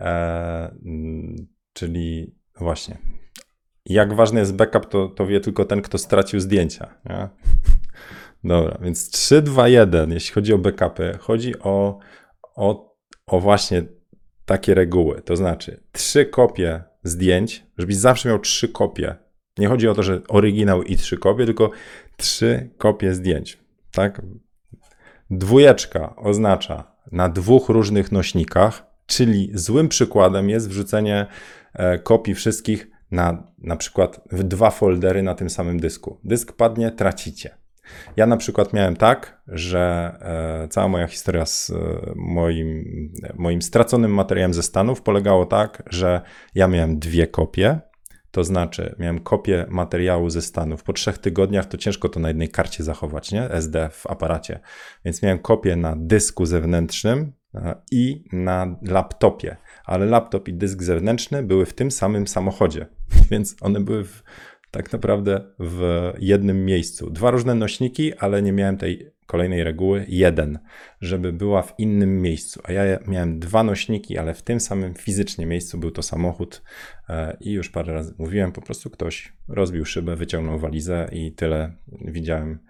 Czyli właśnie. Jak ważny jest backup, to wie tylko ten, kto stracił zdjęcia. Nie? Dobra, więc 3, 2, 1, jeśli chodzi o backupy, chodzi o właśnie takie reguły. To znaczy 3 kopie zdjęć, żebyś zawsze miał 3 kopie. Nie chodzi o to, że oryginał i 3 kopie, tylko 3 kopie zdjęć. Tak? 2 oznacza na 2 różnych nośnikach, czyli złym przykładem jest wrzucenie kopii wszystkich na przykład w 2 foldery na tym samym dysku. Dysk padnie, tracicie. Ja na przykład miałem tak, że cała moja historia z moim straconym materiałem ze Stanów polegała tak, że ja miałem 2 kopie, to znaczy miałem kopię materiału ze Stanów. Po 3 tygodniach to ciężko to na jednej karcie zachować, nie? SD w aparacie. Więc miałem kopię na dysku zewnętrznym i na laptopie. Ale laptop i dysk zewnętrzny były w tym samym samochodzie, więc one były tak naprawdę w jednym miejscu. 2 różne nośniki, ale nie miałem tej kolejnej reguły 1, żeby była w innym miejscu. A ja miałem 2 nośniki, ale w tym samym fizycznie miejscu był to samochód i już parę razy mówiłem, po prostu ktoś rozbił szybę, wyciągnął walizę i tyle widziałem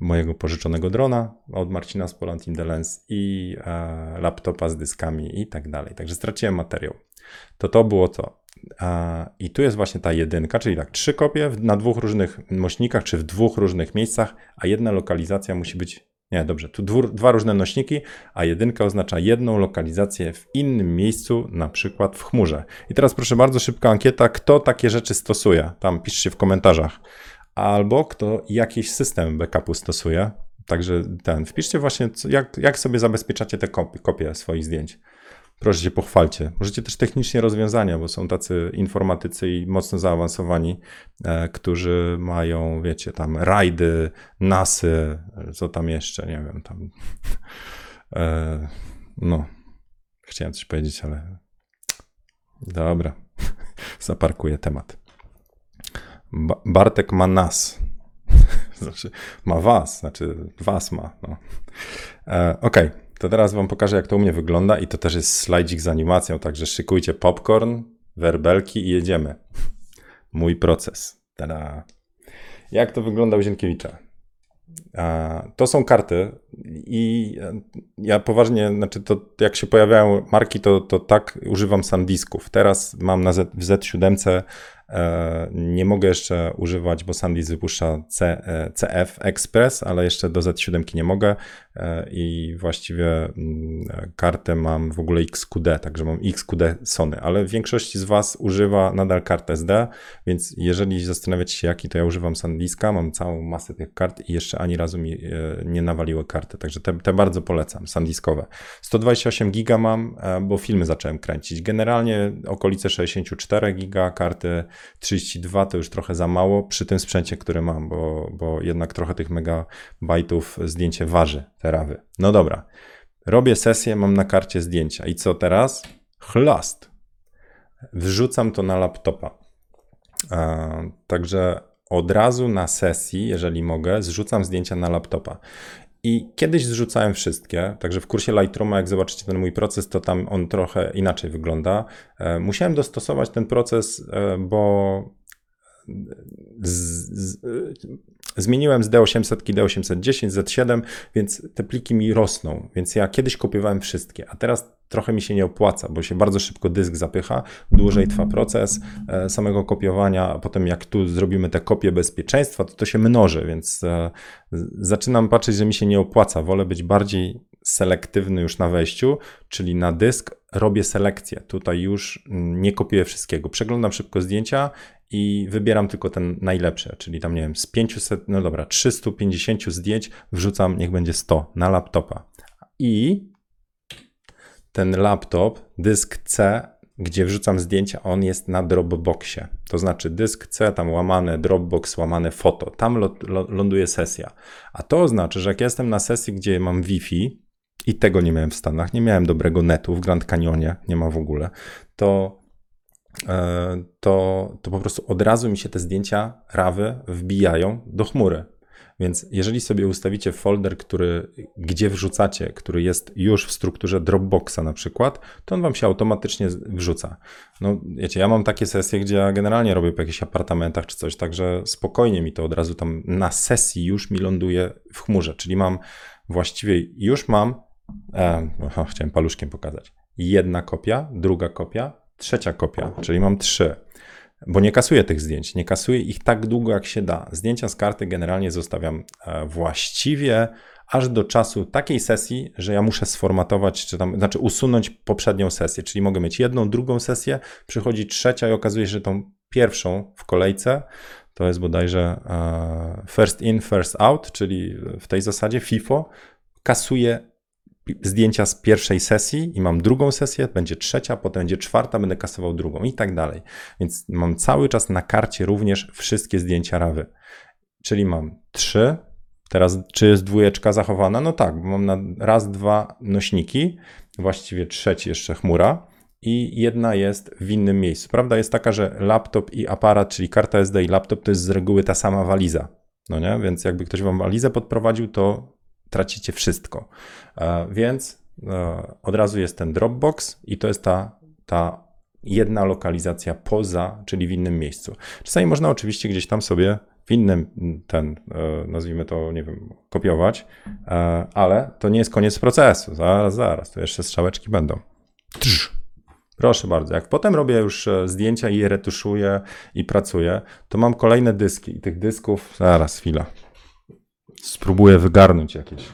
mojego pożyczonego drona od Marcina z Poland in the Lens i laptopa z dyskami i tak dalej. Także straciłem materiał. To było to. I tu jest właśnie ta jedynka, czyli tak, 3 kopie na 2 różnych nośnikach, czy w 2 różnych miejscach, a jedna lokalizacja musi być, nie, dobrze, tu 2 różne nośniki, a jedynka oznacza jedną lokalizację w innym miejscu, na przykład w chmurze. I teraz proszę bardzo, szybka ankieta, kto takie rzeczy stosuje? Tam piszcie w komentarzach. Albo kto jakiś system backupu stosuje. Także wpiszcie właśnie, jak sobie zabezpieczacie te kopie swoich zdjęć. Proszę się pochwalcie. Możecie też technicznie rozwiązania, bo są tacy informatycy i mocno zaawansowani, którzy mają, wiecie, tam rajdy, NASy, co tam jeszcze, nie wiem, tam. No, chciałem coś powiedzieć, ale dobra, zaparkuję temat. Bartek ma NAS. Znaczy, ma was, znaczy was ma. No. Okej. To teraz wam pokażę, jak to u mnie wygląda i to też jest slajdzik z animacją, także szykujcie popcorn, werbelki i jedziemy. Mój proces. Tada. Jak to wygląda u Zienkiewicza? To są karty i ja poważnie, znaczy to jak się pojawiają marki, to tak używam SanDisków. Teraz mam w Z7, nie mogę jeszcze używać, bo SanDisk wypuszcza CF Express, ale jeszcze do Z7 nie mogę i właściwie kartę mam w ogóle XQD, także mam XQD Sony, ale większość z was używa nadal kart SD, więc jeżeli zastanawiacie się jaki, to ja używam SanDiska, mam całą masę tych kart i jeszcze ani razu mi nie nawaliły karty, także te bardzo polecam, SanDiskowe. 128 giga mam, bo filmy zacząłem kręcić. Generalnie okolice 64 giga karty, 32 to już trochę za mało przy tym sprzęcie, który mam, bo jednak trochę tych megabajtów zdjęcie waży, te rawy. No dobra, robię sesję, mam na karcie zdjęcia i co teraz? Chlast. Wrzucam to na laptopa. Także od razu na sesji, jeżeli mogę, zrzucam zdjęcia na laptopa. I kiedyś zrzucałem wszystkie, także w kursie Lightrooma, jak zobaczycie ten mój proces, to tam on trochę inaczej wygląda. Musiałem dostosować ten proces, bo zmieniłem z D800, D810, Z7, więc te pliki mi rosną, więc ja kiedyś kopiowałem wszystkie, a teraz trochę mi się nie opłaca, bo się bardzo szybko dysk zapycha, dłużej trwa proces samego kopiowania, a potem jak tu zrobimy te kopie bezpieczeństwa, to się mnoży, więc zaczynam patrzeć, że mi się nie opłaca, wolę być bardziej selektywny już na wejściu, czyli na dysk robię selekcję, tutaj już nie kopiuję wszystkiego, przeglądam szybko zdjęcia i wybieram tylko ten najlepszy, czyli tam, nie wiem, z 500, no dobra, 350 zdjęć wrzucam, niech będzie 100 na laptopa. I ten laptop, dysk C, gdzie wrzucam zdjęcia, on jest na Dropboxie. To znaczy dysk C, tam łamane Dropbox, łamane foto. Tam ląduje sesja. A to oznacza, że jak ja jestem na sesji, gdzie mam Wi-Fi i tego nie miałem w Stanach, nie miałem dobrego netu w Grand Canyonie, nie ma w ogóle, to po prostu od razu mi się te zdjęcia rawy wbijają do chmury. Więc jeżeli sobie ustawicie folder, gdzie wrzucacie, który jest już w strukturze Dropboxa na przykład, to on wam się automatycznie wrzuca. No wiecie, ja mam takie sesje, gdzie ja generalnie robię po jakichś apartamentach czy coś, także spokojnie mi to od razu tam na sesji już mi ląduje w chmurze, czyli chciałem paluszkiem pokazać, jedna kopia, druga kopia, trzecia kopia, czyli mam 3. Bo nie kasuję tych zdjęć, nie kasuję ich tak długo jak się da. Zdjęcia z karty generalnie zostawiam właściwie aż do czasu takiej sesji, że ja muszę sformatować, znaczy usunąć poprzednią sesję, czyli mogę mieć jedną, drugą sesję, przychodzi trzecia i okazuje się, że tą pierwszą w kolejce to jest bodajże first in, first out, czyli w tej zasadzie FIFO kasuje zdjęcia z pierwszej sesji i mam drugą sesję, będzie trzecia, potem będzie czwarta, będę kasował drugą i tak dalej. Więc mam cały czas na karcie również wszystkie zdjęcia rawy. Czyli mam 3. Teraz czy jest 2 zachowana? No tak, bo mam na raz, 2 nośniki, właściwie trzeci jeszcze chmura i jedna jest w innym miejscu. Prawda jest taka, że laptop i aparat, czyli karta SD i laptop to jest z reguły ta sama waliza. No nie? Więc jakby ktoś wam walizę podprowadził, to tracicie wszystko. Więc od razu jest ten Dropbox i to jest ta jedna lokalizacja poza, czyli w innym miejscu. Czasami można oczywiście gdzieś tam sobie w innym nazwijmy to, nie wiem, kopiować, ale to nie jest koniec procesu. Zaraz, to jeszcze strzałeczki będą. Proszę bardzo, jak potem robię już zdjęcia i je retuszuję i pracuję, to mam kolejne dyski i tych dysków, zaraz, chwila, spróbuję wygarnąć jakieś.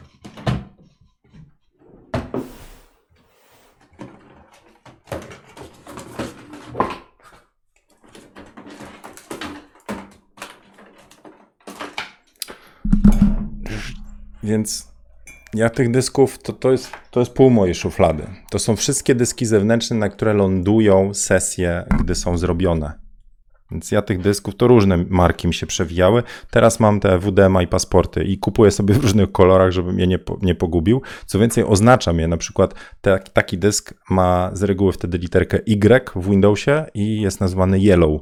Więc ja tych dysków, to jest pół mojej szuflady. To są wszystkie dyski zewnętrzne, na które lądują sesje, gdy są zrobione. Więc ja tych dysków, to różne marki mi się przewijały. Teraz mam te WDMA i pasporty i kupuję sobie w różnych kolorach, żebym je nie pogubił. Co więcej, oznaczam je. Na przykład taki dysk ma z reguły wtedy literkę Y w Windowsie i jest nazwany Yellow.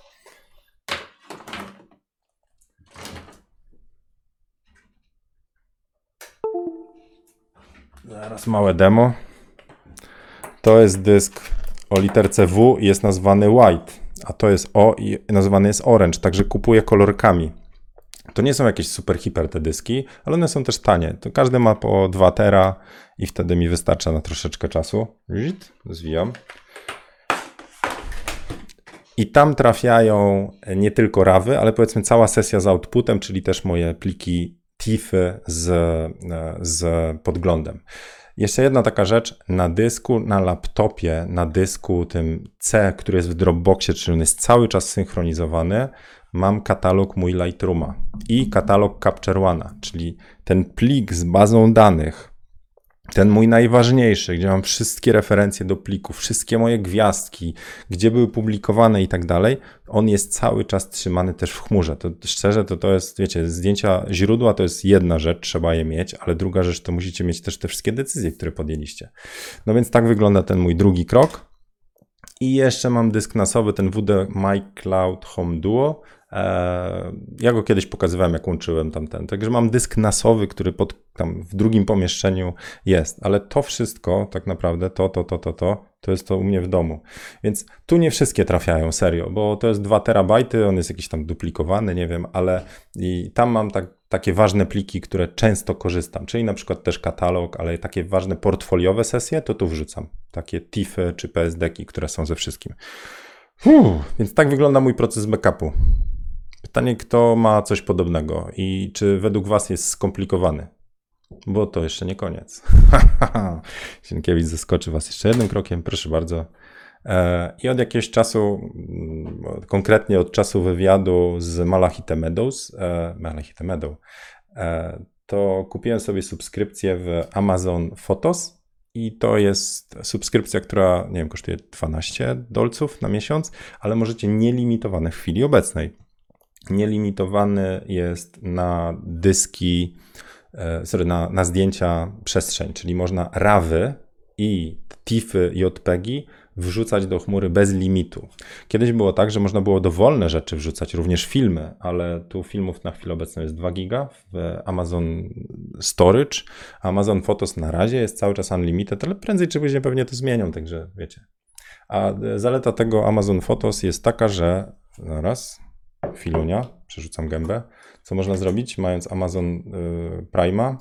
Zaraz małe demo. To jest dysk o literce W i jest nazwany White, a to jest O i nazwany jest Orange, także kupuję kolorkami. To nie są jakieś super hiper te dyski, ale one są też tanie. To każdy ma po 2 tera i wtedy mi wystarcza na troszeczkę czasu. Zwijam. I tam trafiają nie tylko rawy, ale powiedzmy cała sesja z outputem, czyli też moje pliki TIFy z podglądem. Jeszcze jedna taka rzecz, na dysku, na laptopie, na dysku tym C, który jest w Dropboxie, czyli on jest cały czas synchronizowany, mam katalog mój Lightrooma i katalog Capture One'a, czyli ten plik z bazą danych, ten mój najważniejszy, gdzie mam wszystkie referencje do plików, wszystkie moje gwiazdki, gdzie były publikowane i tak dalej, on jest cały czas trzymany też w chmurze. To szczerze, to jest, wiecie, zdjęcia źródła to jest jedna rzecz, trzeba je mieć, ale druga rzecz to musicie mieć też te wszystkie decyzje, które podjęliście. No więc tak wygląda ten mój drugi krok. I jeszcze mam dysk nasowy, ten WD MyCloud Home Duo. Ja go kiedyś pokazywałem, jak łączyłem tamten. Także mam dysk nasowy, który tam w drugim pomieszczeniu jest. Ale to wszystko, tak naprawdę, to jest to u mnie w domu. Więc tu nie wszystkie trafiają, serio, bo to jest 2 terabajty, on jest jakiś tam duplikowany, nie wiem, ale i tam mam takie ważne pliki, które często korzystam, czyli na przykład też katalog, ale takie ważne portfoliowe sesje, to tu wrzucam. Takie TIFy czy PSD-ki, które są ze wszystkim. Więc tak wygląda mój proces backupu. Pytanie, kto ma coś podobnego i czy według Was jest skomplikowany? Bo to jeszcze nie koniec. Sienkiewicz zaskoczy Was jeszcze jednym krokiem, proszę bardzo. I od jakiegoś czasu, konkretnie od czasu wywiadu z Malachite Meadow, to kupiłem sobie subskrypcję w Amazon Photos i to jest subskrypcja, która, nie wiem, kosztuje $12 na miesiąc, ale możecie nielimitowane w chwili obecnej. Nielimitowany jest na dyski, na zdjęcia przestrzeń, czyli można rawy i TIFy i JPEGi wrzucać do chmury bez limitu. Kiedyś było tak, że można było dowolne rzeczy wrzucać, również filmy, ale tu filmów na chwilę obecną jest 2 giga w Amazon Storage, a Amazon Photos na razie jest cały czas unlimited, ale prędzej czy później pewnie to zmienią, także wiecie. A zaleta tego Amazon Photos jest taka, że chwilunia, przerzucam gębę. Co można zrobić, mając Amazon Prime'a?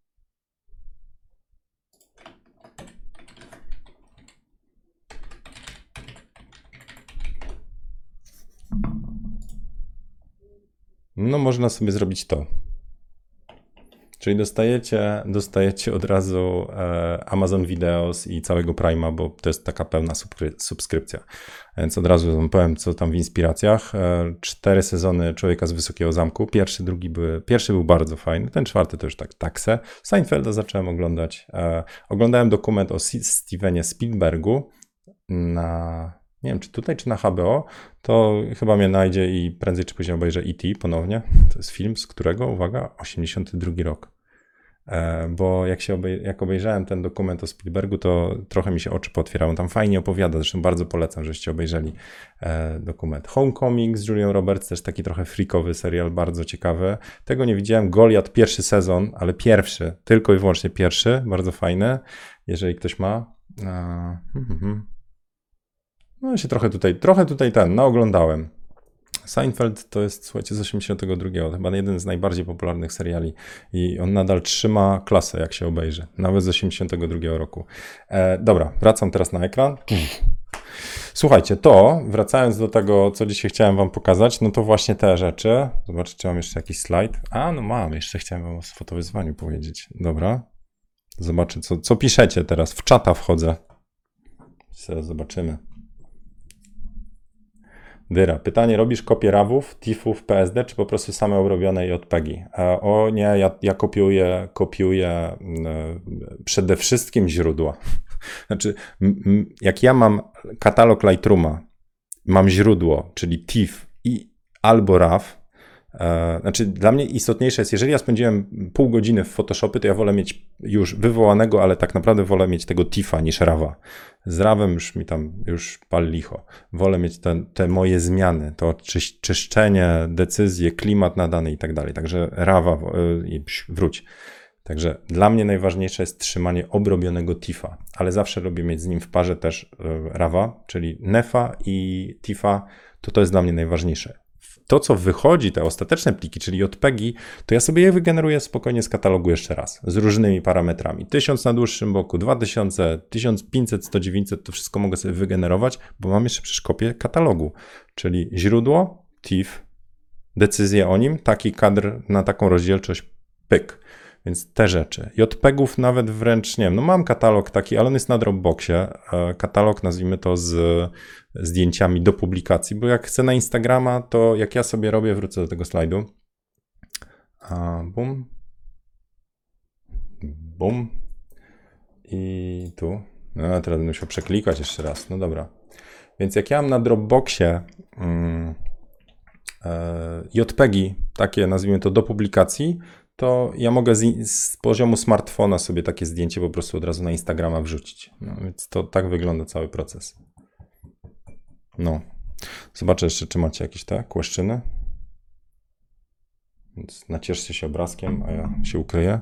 No, można sobie zrobić to. Czyli dostajecie od razu Amazon Videos i całego Prime'a, bo to jest taka pełna subskrypcja. Więc od razu wam powiem, co tam w inspiracjach. 4 sezony Człowieka z Wysokiego Zamku. Pierwszy był bardzo fajny, ten 4 to już tak se. Seinfelda zacząłem oglądać. Oglądałem dokument o Stevenie Spielbergu nie wiem, czy tutaj, czy na HBO, to chyba mnie znajdzie i prędzej czy później obejrzę E.T. ponownie. To jest film, z którego, uwaga, 82 rok. Bo jak obejrzałem ten dokument o Spielbergu, to trochę mi się oczy pootwierały. On tam fajnie opowiada, zresztą bardzo polecam, żeście obejrzeli dokument. Homecoming z Julią Roberts, też taki trochę freakowy serial, bardzo ciekawy. Tego nie widziałem. Goliat, pierwszy sezon, ale pierwszy, tylko i wyłącznie pierwszy, bardzo fajny. Jeżeli ktoś ma... No się trochę tutaj naoglądałem. Seinfeld to jest, słuchajcie, z 82, to chyba jeden z najbardziej popularnych seriali i on nadal trzyma klasę, jak się obejrzy, nawet z 82 roku. Dobra, wracam teraz na ekran. Słuchajcie, wracając do tego, co dzisiaj chciałem wam pokazać, no to właśnie te rzeczy. Zobaczcie, czy mam jeszcze jakiś slajd. No mam, jeszcze chciałem wam o fotowyzwaniu powiedzieć. Dobra. Zobaczę, co piszecie teraz. W czata wchodzę. Zaraz zobaczymy. Dyra. Pytanie, robisz kopię RAW-ów, TIFF-ów, PSD, czy po prostu same obrobione JPEG-i? O nie, ja kopiuję przede wszystkim źródła. Znaczy, jak ja mam katalog Lightrooma, mam źródło, czyli TIFF albo RAW, znaczy dla mnie istotniejsze jest, jeżeli ja spędziłem pół godziny w Photoshopie, to ja wolę mieć już wywołanego, ale tak naprawdę wolę mieć tego TIFFa niż RAWa. Z RAWem już mi tam pal licho. Wolę mieć te moje zmiany, to czyszczenie, decyzje, klimat nadany i tak dalej. Także RAWa i wróć. Także dla mnie najważniejsze jest trzymanie obrobionego TIFFa, ale zawsze lubię mieć z nim w parze też RAWa, czyli NEFa i TIFFa, to jest dla mnie najważniejsze. To, co wychodzi, te ostateczne pliki, czyli JPEG-i, to ja sobie je wygeneruję spokojnie z katalogu jeszcze raz, z różnymi parametrami. 1000 na dłuższym boku, 2000, 1500, 100, 900, to wszystko mogę sobie wygenerować, bo mam jeszcze przecież kopię katalogu, czyli źródło, TIFF, decyzję o nim, taki kadr na taką rozdzielczość, pyk. Więc te rzeczy. JPEG-ów nawet wręcz, nie wiem, no mam katalog taki, ale on jest na Dropboxie. Katalog, nazwijmy to, z zdjęciami do publikacji, bo jak chcę na Instagrama, to jak ja sobie robię, wrócę do tego slajdu. Bum. Bum. I tu. No, teraz będę musiał przeklikać jeszcze raz. No dobra. Więc jak ja mam na Dropboxie JPEG-i, takie nazwijmy to do publikacji, to ja mogę z poziomu smartfona sobie takie zdjęcie po prostu od razu na Instagrama wrzucić. No, więc to tak wygląda cały proces. No. Zobaczę jeszcze, czy macie jakieś kłeszczyny. Więc nacieszcie się obrazkiem, a ja się ukryję.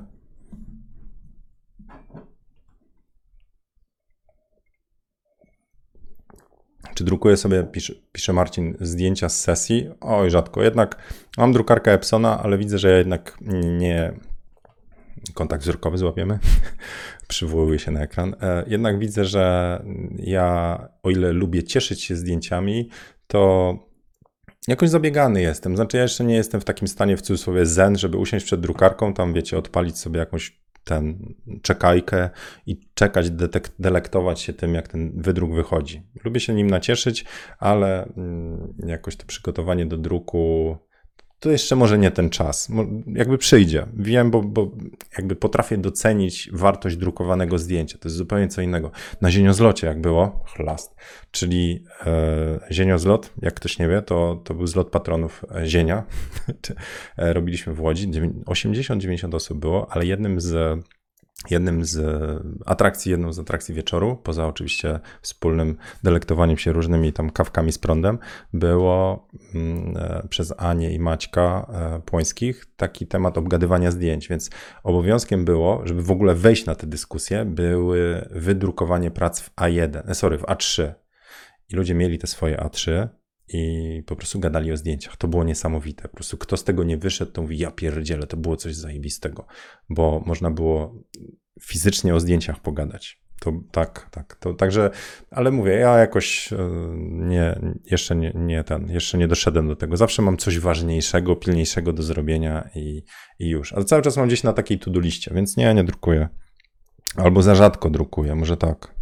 Czy drukuję sobie, pisze Marcin, zdjęcia z sesji? Oj, rzadko. Jednak mam drukarkę Epsona, ale widzę, że ja jednak nie... Kontakt wzrokowy złapiemy. Przywołuje się na ekran. Jednak widzę, że ja, o ile lubię cieszyć się zdjęciami, to jakoś zabiegany jestem. Znaczy ja jeszcze nie jestem w takim stanie, w cudzysłowie zen, żeby usiąść przed drukarką, tam wiecie, odpalić sobie jakąś czekajkę i czekać, delektować się tym, jak ten wydruk wychodzi. Lubię się nim nacieszyć, ale jakoś to przygotowanie do druku to jeszcze może nie ten czas. Jakby przyjdzie. Wiem, bo jakby potrafię docenić wartość drukowanego zdjęcia. To jest zupełnie co innego. Na zieniozlocie jak było, chlast, czyli zieniozlot, jak ktoś nie wie, to był zlot patronów Zienia. Robiliśmy w Łodzi, 80-90 osób było, ale jedną z atrakcji wieczoru, poza oczywiście wspólnym delektowaniem się różnymi tam kawkami z prądem, było przez Anię i Maćka Płońskich taki temat obgadywania zdjęć, więc obowiązkiem było, żeby w ogóle wejść na tę dyskusję, były wydrukowanie prac w A3. I ludzie mieli te swoje A3 i po prostu gadali o zdjęciach. To było niesamowite. Po prostu kto z tego nie wyszedł, to mówi, ja pierdzielę, to było coś zajebistego, bo można było fizycznie o zdjęciach pogadać. To tak. Także, ale mówię, ja jakoś jeszcze nie doszedłem do tego. Zawsze mam coś ważniejszego, pilniejszego do zrobienia i już. Ale cały czas mam gdzieś na takiej to-do liście, więc nie drukuję. Albo za rzadko drukuję, może tak.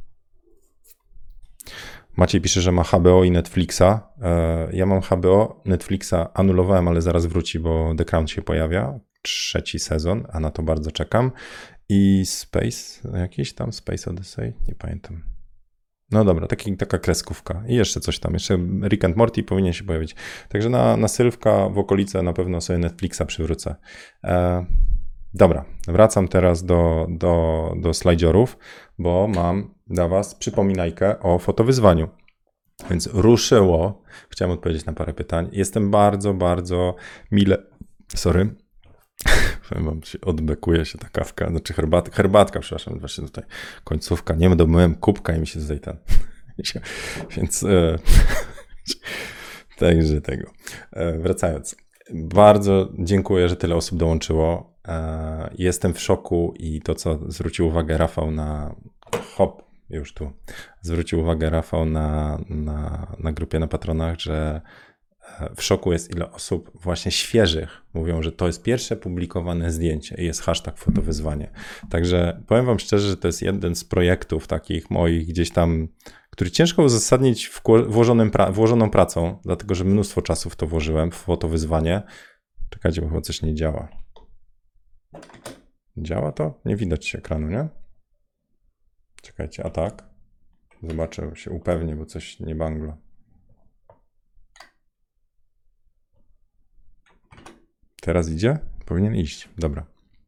Maciej pisze, że ma HBO i Netflixa. Ja mam HBO, Netflixa anulowałem, ale zaraz wróci, bo The Crown się pojawia. 3. sezon, a na to bardzo czekam. I Space Odyssey? Nie pamiętam. No dobra, taka kreskówka. I jeszcze coś tam. Jeszcze Rick and Morty powinien się pojawić. Także na Sylwka w okolice na pewno sobie Netflixa przywrócę. Dobra, wracam teraz do slajdziorów, bo mam dla was przypominajkę o fotowyzwaniu. Więc ruszyło. Chciałem odpowiedzieć na parę pytań. Jestem bardzo, bardzo mile... Sorry. Powiem wam, odbekuje się ta kawka, znaczy herbatka, przepraszam, właśnie tutaj końcówka. Nie domyłem kubka i mi się tutaj Więc Także tego. Wracając. Bardzo dziękuję, że tyle osób dołączyło. Jestem w szoku i to, co zwrócił uwagę Rafał już tu. Zwrócił uwagę Rafał na grupie na Patronach, że w szoku jest, ile osób właśnie świeżych mówią, że to jest pierwsze publikowane zdjęcie i jest hashtag fotowyzwanie. Także powiem wam szczerze, że to jest jeden z projektów takich moich gdzieś tam, który ciężko uzasadnić włożoną pracą, dlatego że mnóstwo czasu w to włożyłem, w fotowyzwanie. Czekajcie, bo chyba coś nie działa. Działa to? Nie widać ekranu, nie? Czekajcie, a tak? Zobaczę, się upewnię, bo coś nie bangla. Teraz idzie? Powinien iść. Dobra.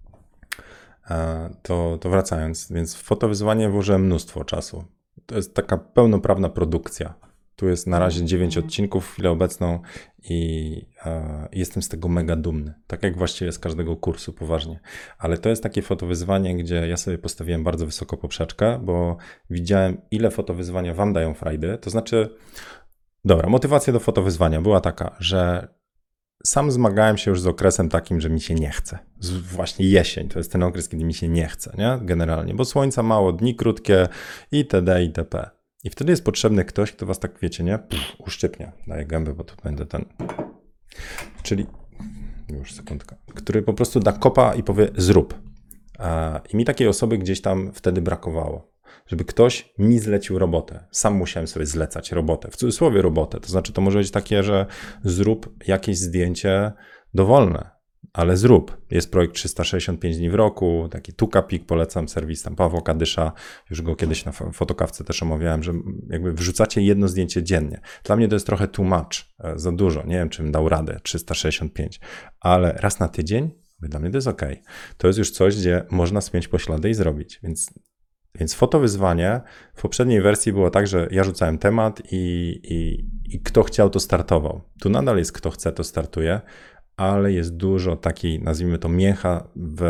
To wracając, więc w fotowyzwanie włożyłem mnóstwo czasu. To jest taka pełnoprawna produkcja. Tu jest na razie 9 odcinków w chwilę obecną i jestem z tego mega dumny. Tak jak właściwie z każdego kursu, poważnie. Ale to jest takie fotowyzwanie, gdzie ja sobie postawiłem bardzo wysoko poprzeczkę, bo widziałem, ile fotowyzwania wam dają frajdy. To znaczy, dobra, motywacja do fotowyzwania była taka, że sam zmagałem się już z okresem takim, że mi się nie chce. Właśnie jesień to jest ten okres, kiedy mi się nie chce, nie? Generalnie, bo słońca mało, dni krótkie itd. itp. I wtedy jest potrzebny ktoś, kto was tak, wiecie, nie? Uszczypnia. Daję gębę, bo tu będę ten... Czyli... Już sekundka. Który po prostu da kopa i powie zrób. I mi takiej osoby gdzieś tam wtedy brakowało. Żeby ktoś mi zlecił robotę. Sam musiałem sobie zlecać robotę. W cudzysłowie robotę. To znaczy to może być takie, że zrób jakieś zdjęcie dowolne, ale zrób. Jest projekt 365 dni w roku, taki Tukapik, polecam serwis tam Pawła Kadysza, już go kiedyś na fotokawce też omawiałem, że jakby wrzucacie jedno zdjęcie dziennie. Dla mnie to jest trochę too much, za dużo. Nie wiem, czym dał radę 365, ale raz na tydzień, dla mnie to jest ok. To jest już coś, gdzie można spiąć poślady i zrobić, więc fotowyzwanie w poprzedniej wersji było tak, że ja rzucałem temat i kto chciał, to startował. Tu nadal jest kto chce, to startuje, ale jest dużo takiej, nazwijmy to, miecha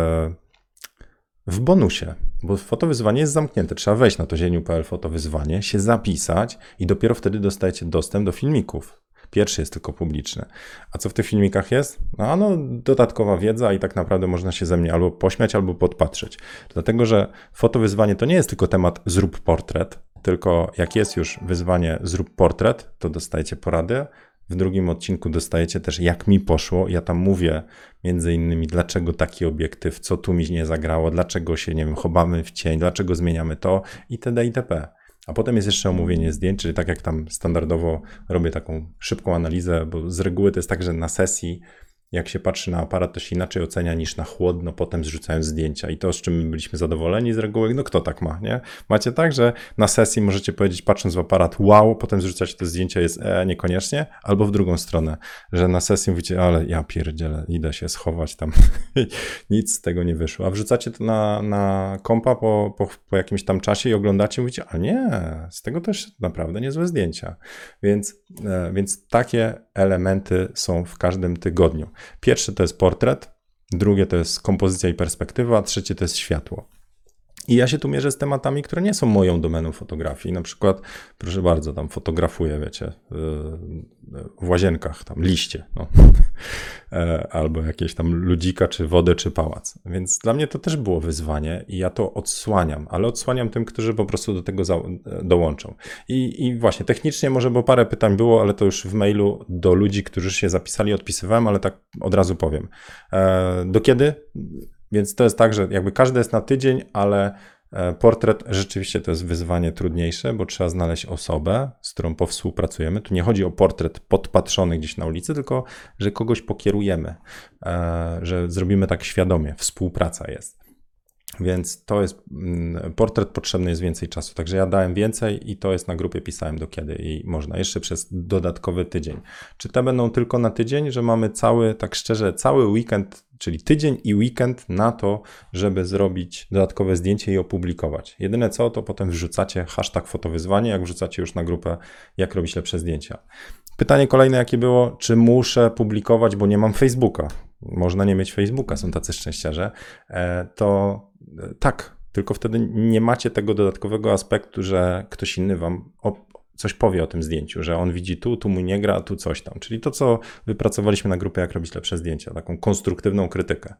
w bonusie, bo fotowyzwanie jest zamknięte. Trzeba wejść na tozieniu.pl fotowyzwanie, się zapisać i dopiero wtedy dostajecie dostęp do filmików. Pierwszy jest tylko publiczny. A co w tych filmikach jest? No, dodatkowa wiedza i tak naprawdę można się ze mnie albo pośmiać, albo podpatrzeć. Dlatego, że fotowyzwanie to nie jest tylko temat zrób portret, tylko jak jest już wyzwanie zrób portret, to dostajecie poradę. W drugim odcinku dostajecie też jak mi poszło. Ja tam mówię między innymi dlaczego taki obiektyw, co tu mi nie zagrało, dlaczego się, nie wiem, chowamy w cień, dlaczego zmieniamy to itd. itp. A potem jest jeszcze omówienie zdjęć, czyli tak jak tam standardowo robię taką szybką analizę, bo z reguły to jest tak, że na sesji jak się patrzy na aparat, to się inaczej ocenia niż na chłodno, potem zrzucają zdjęcia. I to, z czym byliśmy zadowoleni z reguły, no kto tak ma, nie? Macie tak, że na sesji możecie powiedzieć, patrząc w aparat, wow, potem zrzucać to zdjęcie jest niekoniecznie, albo w drugą stronę, że na sesji mówicie, ale ja pierdzielę, idę się schować tam, nic z tego nie wyszło. A wrzucacie to na kompa po jakimś tam czasie i oglądacie i mówicie, a nie, z tego też naprawdę niezłe zdjęcia. Więc takie elementy są w każdym tygodniu. Pierwsze to jest portret, drugie to jest kompozycja i perspektywa, a trzecie to jest światło. I ja się tu mierzę z tematami, które nie są moją domeną fotografii. Na przykład, proszę bardzo, tam fotografuję, wiecie, w łazienkach, tam liście, no. Albo jakieś tam ludzika, czy wodę, czy pałac. Więc dla mnie to też było wyzwanie i ja to odsłaniam, ale odsłaniam tym, którzy po prostu do tego dołączą. I właśnie technicznie może, bo parę pytań było, ale to już w mailu do ludzi, którzy się zapisali, odpisywałem, ale tak od razu powiem. Do kiedy? Więc to jest tak, że jakby każdy jest na tydzień, ale portret rzeczywiście to jest wyzwanie trudniejsze, bo trzeba znaleźć osobę, z którą powspółpracujemy. Tu nie chodzi o portret podpatrzony gdzieś na ulicy, tylko że kogoś pokierujemy, że zrobimy tak świadomie, współpraca jest. Więc to jest, portret potrzebny jest więcej czasu, także ja dałem więcej i to jest na grupie, pisałem do kiedy i można jeszcze przez dodatkowy tydzień. Czy te będą tylko na tydzień, że mamy tak szczerze, cały weekend, czyli tydzień i weekend na to, żeby zrobić dodatkowe zdjęcie i opublikować. Jedyne co, to potem wrzucacie hashtag fotowyzwanie, jak wrzucacie już na grupę, jak robić lepsze zdjęcia. Pytanie kolejne jakie było, czy muszę publikować, bo nie mam Facebooka. Można nie mieć Facebooka, są tacy szczęściarze. To tak, tylko wtedy nie macie tego dodatkowego aspektu, że ktoś inny wam coś powie o tym zdjęciu, że on widzi tu mu nie gra, tu coś tam. Czyli to, co wypracowaliśmy na grupie Jak robić lepsze zdjęcia, taką konstruktywną krytykę.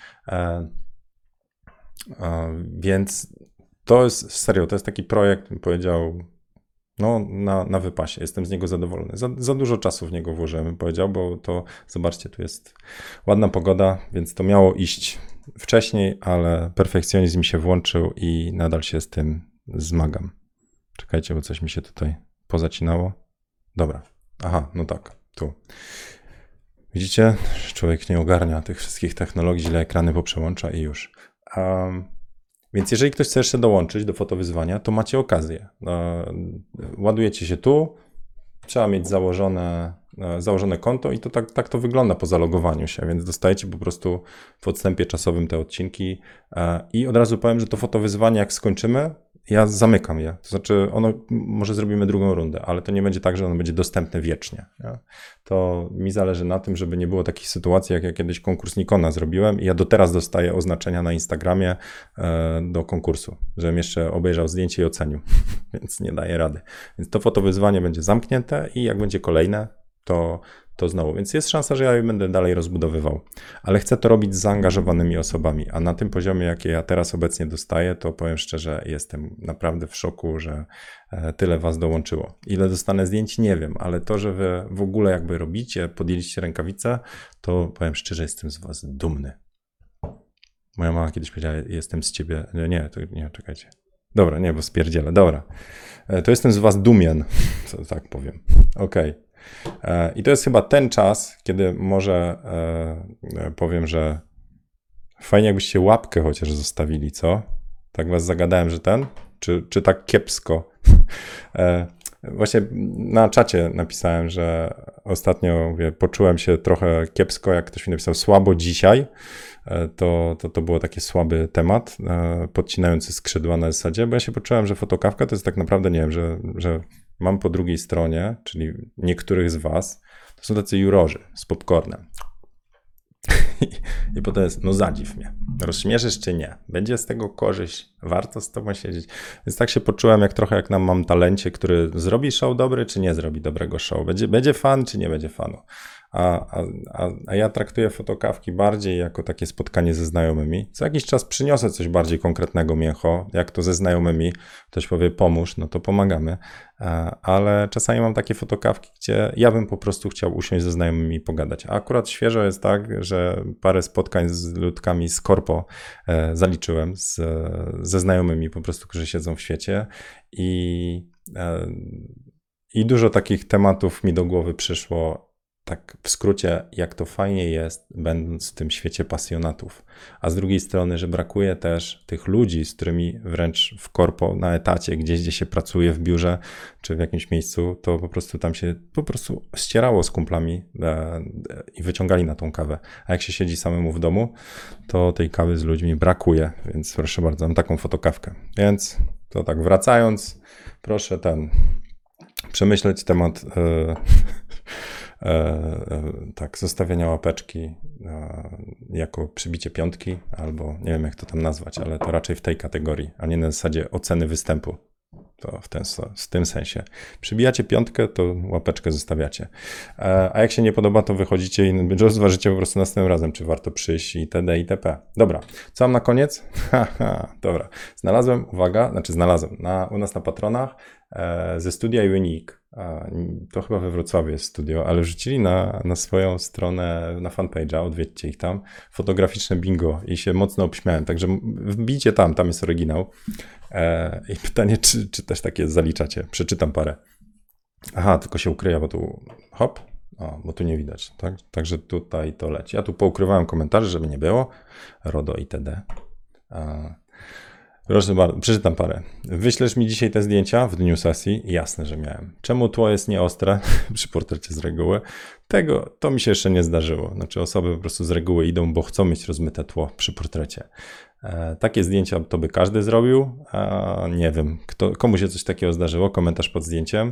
Więc to jest serio, to jest taki projekt, bym powiedział, no, na wypasie. Jestem z niego zadowolony. Za dużo czasu w niego włożyłem, bym powiedział, bo to, zobaczcie, tu jest ładna pogoda, więc to miało iść wcześniej, ale perfekcjonizm mi się włączył i nadal się z tym zmagam. Czekajcie, bo coś mi się tutaj pozacinało. Dobra. Aha, no tak, tu. Widzicie? Człowiek nie ogarnia tych wszystkich technologii, źle ekrany poprzełącza i już. Więc jeżeli ktoś chce jeszcze dołączyć do fotowyzwania, to macie okazję. Ładujecie się tu, trzeba mieć założone konto i to tak to wygląda po zalogowaniu się, więc dostajecie po prostu w odstępie czasowym te odcinki i od razu powiem, że to fotowyzwanie jak skończymy, ja zamykam je. To znaczy może zrobimy drugą rundę, ale to nie będzie tak, że ono będzie dostępne wiecznie. Nie? To mi zależy na tym, żeby nie było takich sytuacji, jak ja kiedyś konkurs Nikona zrobiłem i ja do teraz dostaję oznaczenia na Instagramie do konkursu, żebym jeszcze obejrzał zdjęcie i ocenił, więc nie daję rady. Więc to fotowyzwanie będzie zamknięte i jak będzie kolejne, to znowu. Więc jest szansa, że ja je będę dalej rozbudowywał. Ale chcę to robić z zaangażowanymi osobami, a na tym poziomie, jaki ja teraz obecnie dostaję, to powiem szczerze, jestem naprawdę w szoku, że tyle was dołączyło. Ile dostanę zdjęć, nie wiem, ale to, że wy w ogóle jakby robicie, podjęliście rękawice, to powiem szczerze, jestem z was dumny. Moja mama kiedyś powiedziała, jestem z ciebie, nie, czekajcie. Dobra, nie, bo spierdzielę, dobra. To jestem z was dumien, tak powiem. Okej. I to jest chyba ten czas, kiedy może powiem, że fajnie jakbyście łapkę chociaż zostawili, co? Tak was zagadałem, że czy tak kiepsko? Właśnie na czacie napisałem, że ostatnio poczułem się trochę kiepsko, jak ktoś mi napisał słabo dzisiaj. To było taki słaby temat, podcinający skrzydła na zasadzie, bo ja się poczułem, że fotokawka to jest tak naprawdę, nie wiem, że mam po drugiej stronie, czyli niektórych z was, to są tacy jurorzy z popcornem. I potem jest, no zadziw mnie, rozśmieszysz czy nie, będzie z tego korzyść, warto z tobą siedzieć. Więc tak się poczułem trochę jak na Mam Talencie, który zrobi show dobry, czy nie zrobi dobrego show, będzie fan, czy nie będzie fanu. A ja traktuję fotokawki bardziej jako takie spotkanie ze znajomymi. Co jakiś czas przyniosę coś bardziej konkretnego, mięcho. Jak to ze znajomymi, ktoś powie pomóż, no to pomagamy. Ale czasami mam takie fotokawki, gdzie ja bym po prostu chciał usiąść ze znajomymi i pogadać. A akurat świeżo jest tak, że parę spotkań z ludkami z korpo zaliczyłem ze znajomymi po prostu, którzy siedzą w świecie i dużo takich tematów mi do głowy przyszło. Tak w skrócie, jak to fajnie jest, będąc w tym świecie pasjonatów. A z drugiej strony, że brakuje też tych ludzi, z którymi wręcz w korpo, na etacie, gdzie się pracuje w biurze, czy w jakimś miejscu, to po prostu tam się po prostu ścierało z kumplami i wyciągali na tą kawę. A jak się siedzi samemu w domu, to tej kawy z ludźmi brakuje, więc proszę bardzo, mam taką fotokawkę. Więc to tak wracając, proszę przemyśleć temat tak, zostawienia łapeczki jako przybicie piątki, albo nie wiem jak to tam nazwać, ale to raczej w tej kategorii, a nie na zasadzie oceny występu. To w tym sensie. Przybijacie piątkę, to łapeczkę zostawiacie. A jak się nie podoba, to wychodzicie i rozważycie po prostu następnym razem, czy warto przyjść itd. itp. Dobra, co mam na koniec? Dobra. Znalazłem u nas na Patronach ze studia Unique. To chyba we Wrocławiu jest studio, ale wrzucili na swoją stronę, na fanpage'a, odwiedźcie ich tam, fotograficzne bingo i się mocno obśmiałem, także wbijcie tam jest oryginał. I pytanie, czy też takie zaliczacie? Przeczytam parę. Aha, tylko się ukryję, bo tu hop, bo tu nie widać, tak? Także tutaj to leci. Ja tu poukrywałem komentarze, żeby nie było. RODO itd. Proszę bardzo, przeczytam parę. Wyślesz mi dzisiaj te zdjęcia w dniu sesji? Jasne, że miałem. Czemu tło jest nieostre przy portrecie z reguły? To mi się jeszcze nie zdarzyło. Znaczy osoby po prostu z reguły idą, bo chcą mieć rozmyte tło przy portrecie. Takie zdjęcia to by każdy zrobił. Nie wiem, komu się coś takiego zdarzyło? Komentarz pod zdjęciem.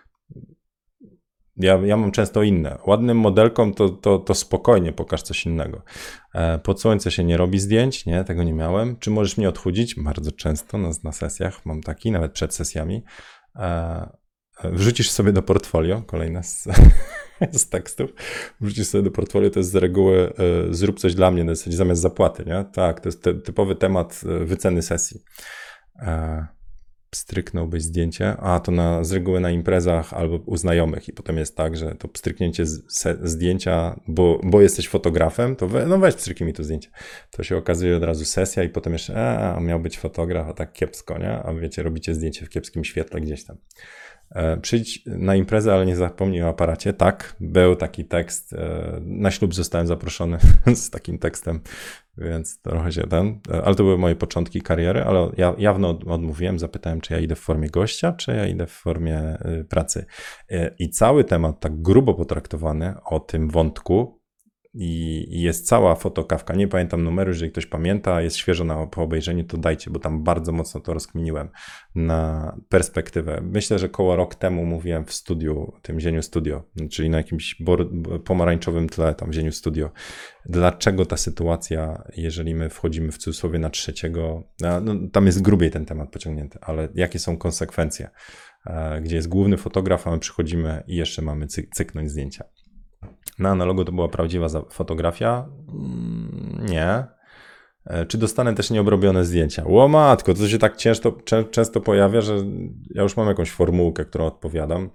Ja mam często inne. Ładnym modelkom to spokojnie pokaż coś innego. Pod słońce się nie robi zdjęć, nie, tego nie miałem. Czy możesz mnie odchudzić? Bardzo często na sesjach mam taki, nawet przed sesjami. wrzucisz sobie do portfolio, kolejna z tekstów, wrzucisz sobie do portfolio, to jest z reguły zrób coś dla mnie na zasadzie zamiast zapłaty, nie? Tak, to jest typowy temat wyceny sesji. Pstryknąłbyś zdjęcie, a to z reguły na imprezach albo u znajomych i potem jest tak, że to pstryknięcie zdjęcia, bo jesteś fotografem, to no weź pstryknij mi to zdjęcie. To się okazuje od razu sesja i potem jeszcze miał być fotograf, a tak kiepsko, nie? A wiecie, robicie zdjęcie w kiepskim świetle gdzieś tam. Przyjdź na imprezę, ale nie zapomnij o aparacie. Tak, był taki tekst. Na ślub zostałem zaproszony z takim tekstem, więc trochę się ale to były moje początki kariery, ale ja jawno odmówiłem, zapytałem, czy ja idę w formie gościa, czy ja idę w formie pracy. I cały temat tak grubo potraktowany o tym wątku i jest cała fotokawka, nie pamiętam numeru, jeżeli ktoś pamięta, jest świeżo po obejrzeniu, to dajcie, bo tam bardzo mocno to rozkminiłem na perspektywę. Myślę, że koło rok temu mówiłem w studiu, tym Zieniu Studio, czyli na jakimś pomarańczowym tle, tam w Zieniu Studio, dlaczego ta sytuacja, jeżeli my wchodzimy w cudzysłowie na trzeciego, no, tam jest grubiej ten temat pociągnięty, ale jakie są konsekwencje, gdzie jest główny fotograf, a my przychodzimy i jeszcze mamy cyknąć zdjęcia. Na analogu to była prawdziwa fotografia? Nie. Czy dostanę też nieobrobione zdjęcia? Łomatko, to się tak często pojawia, że ja już mam jakąś formułkę, którą odpowiadam,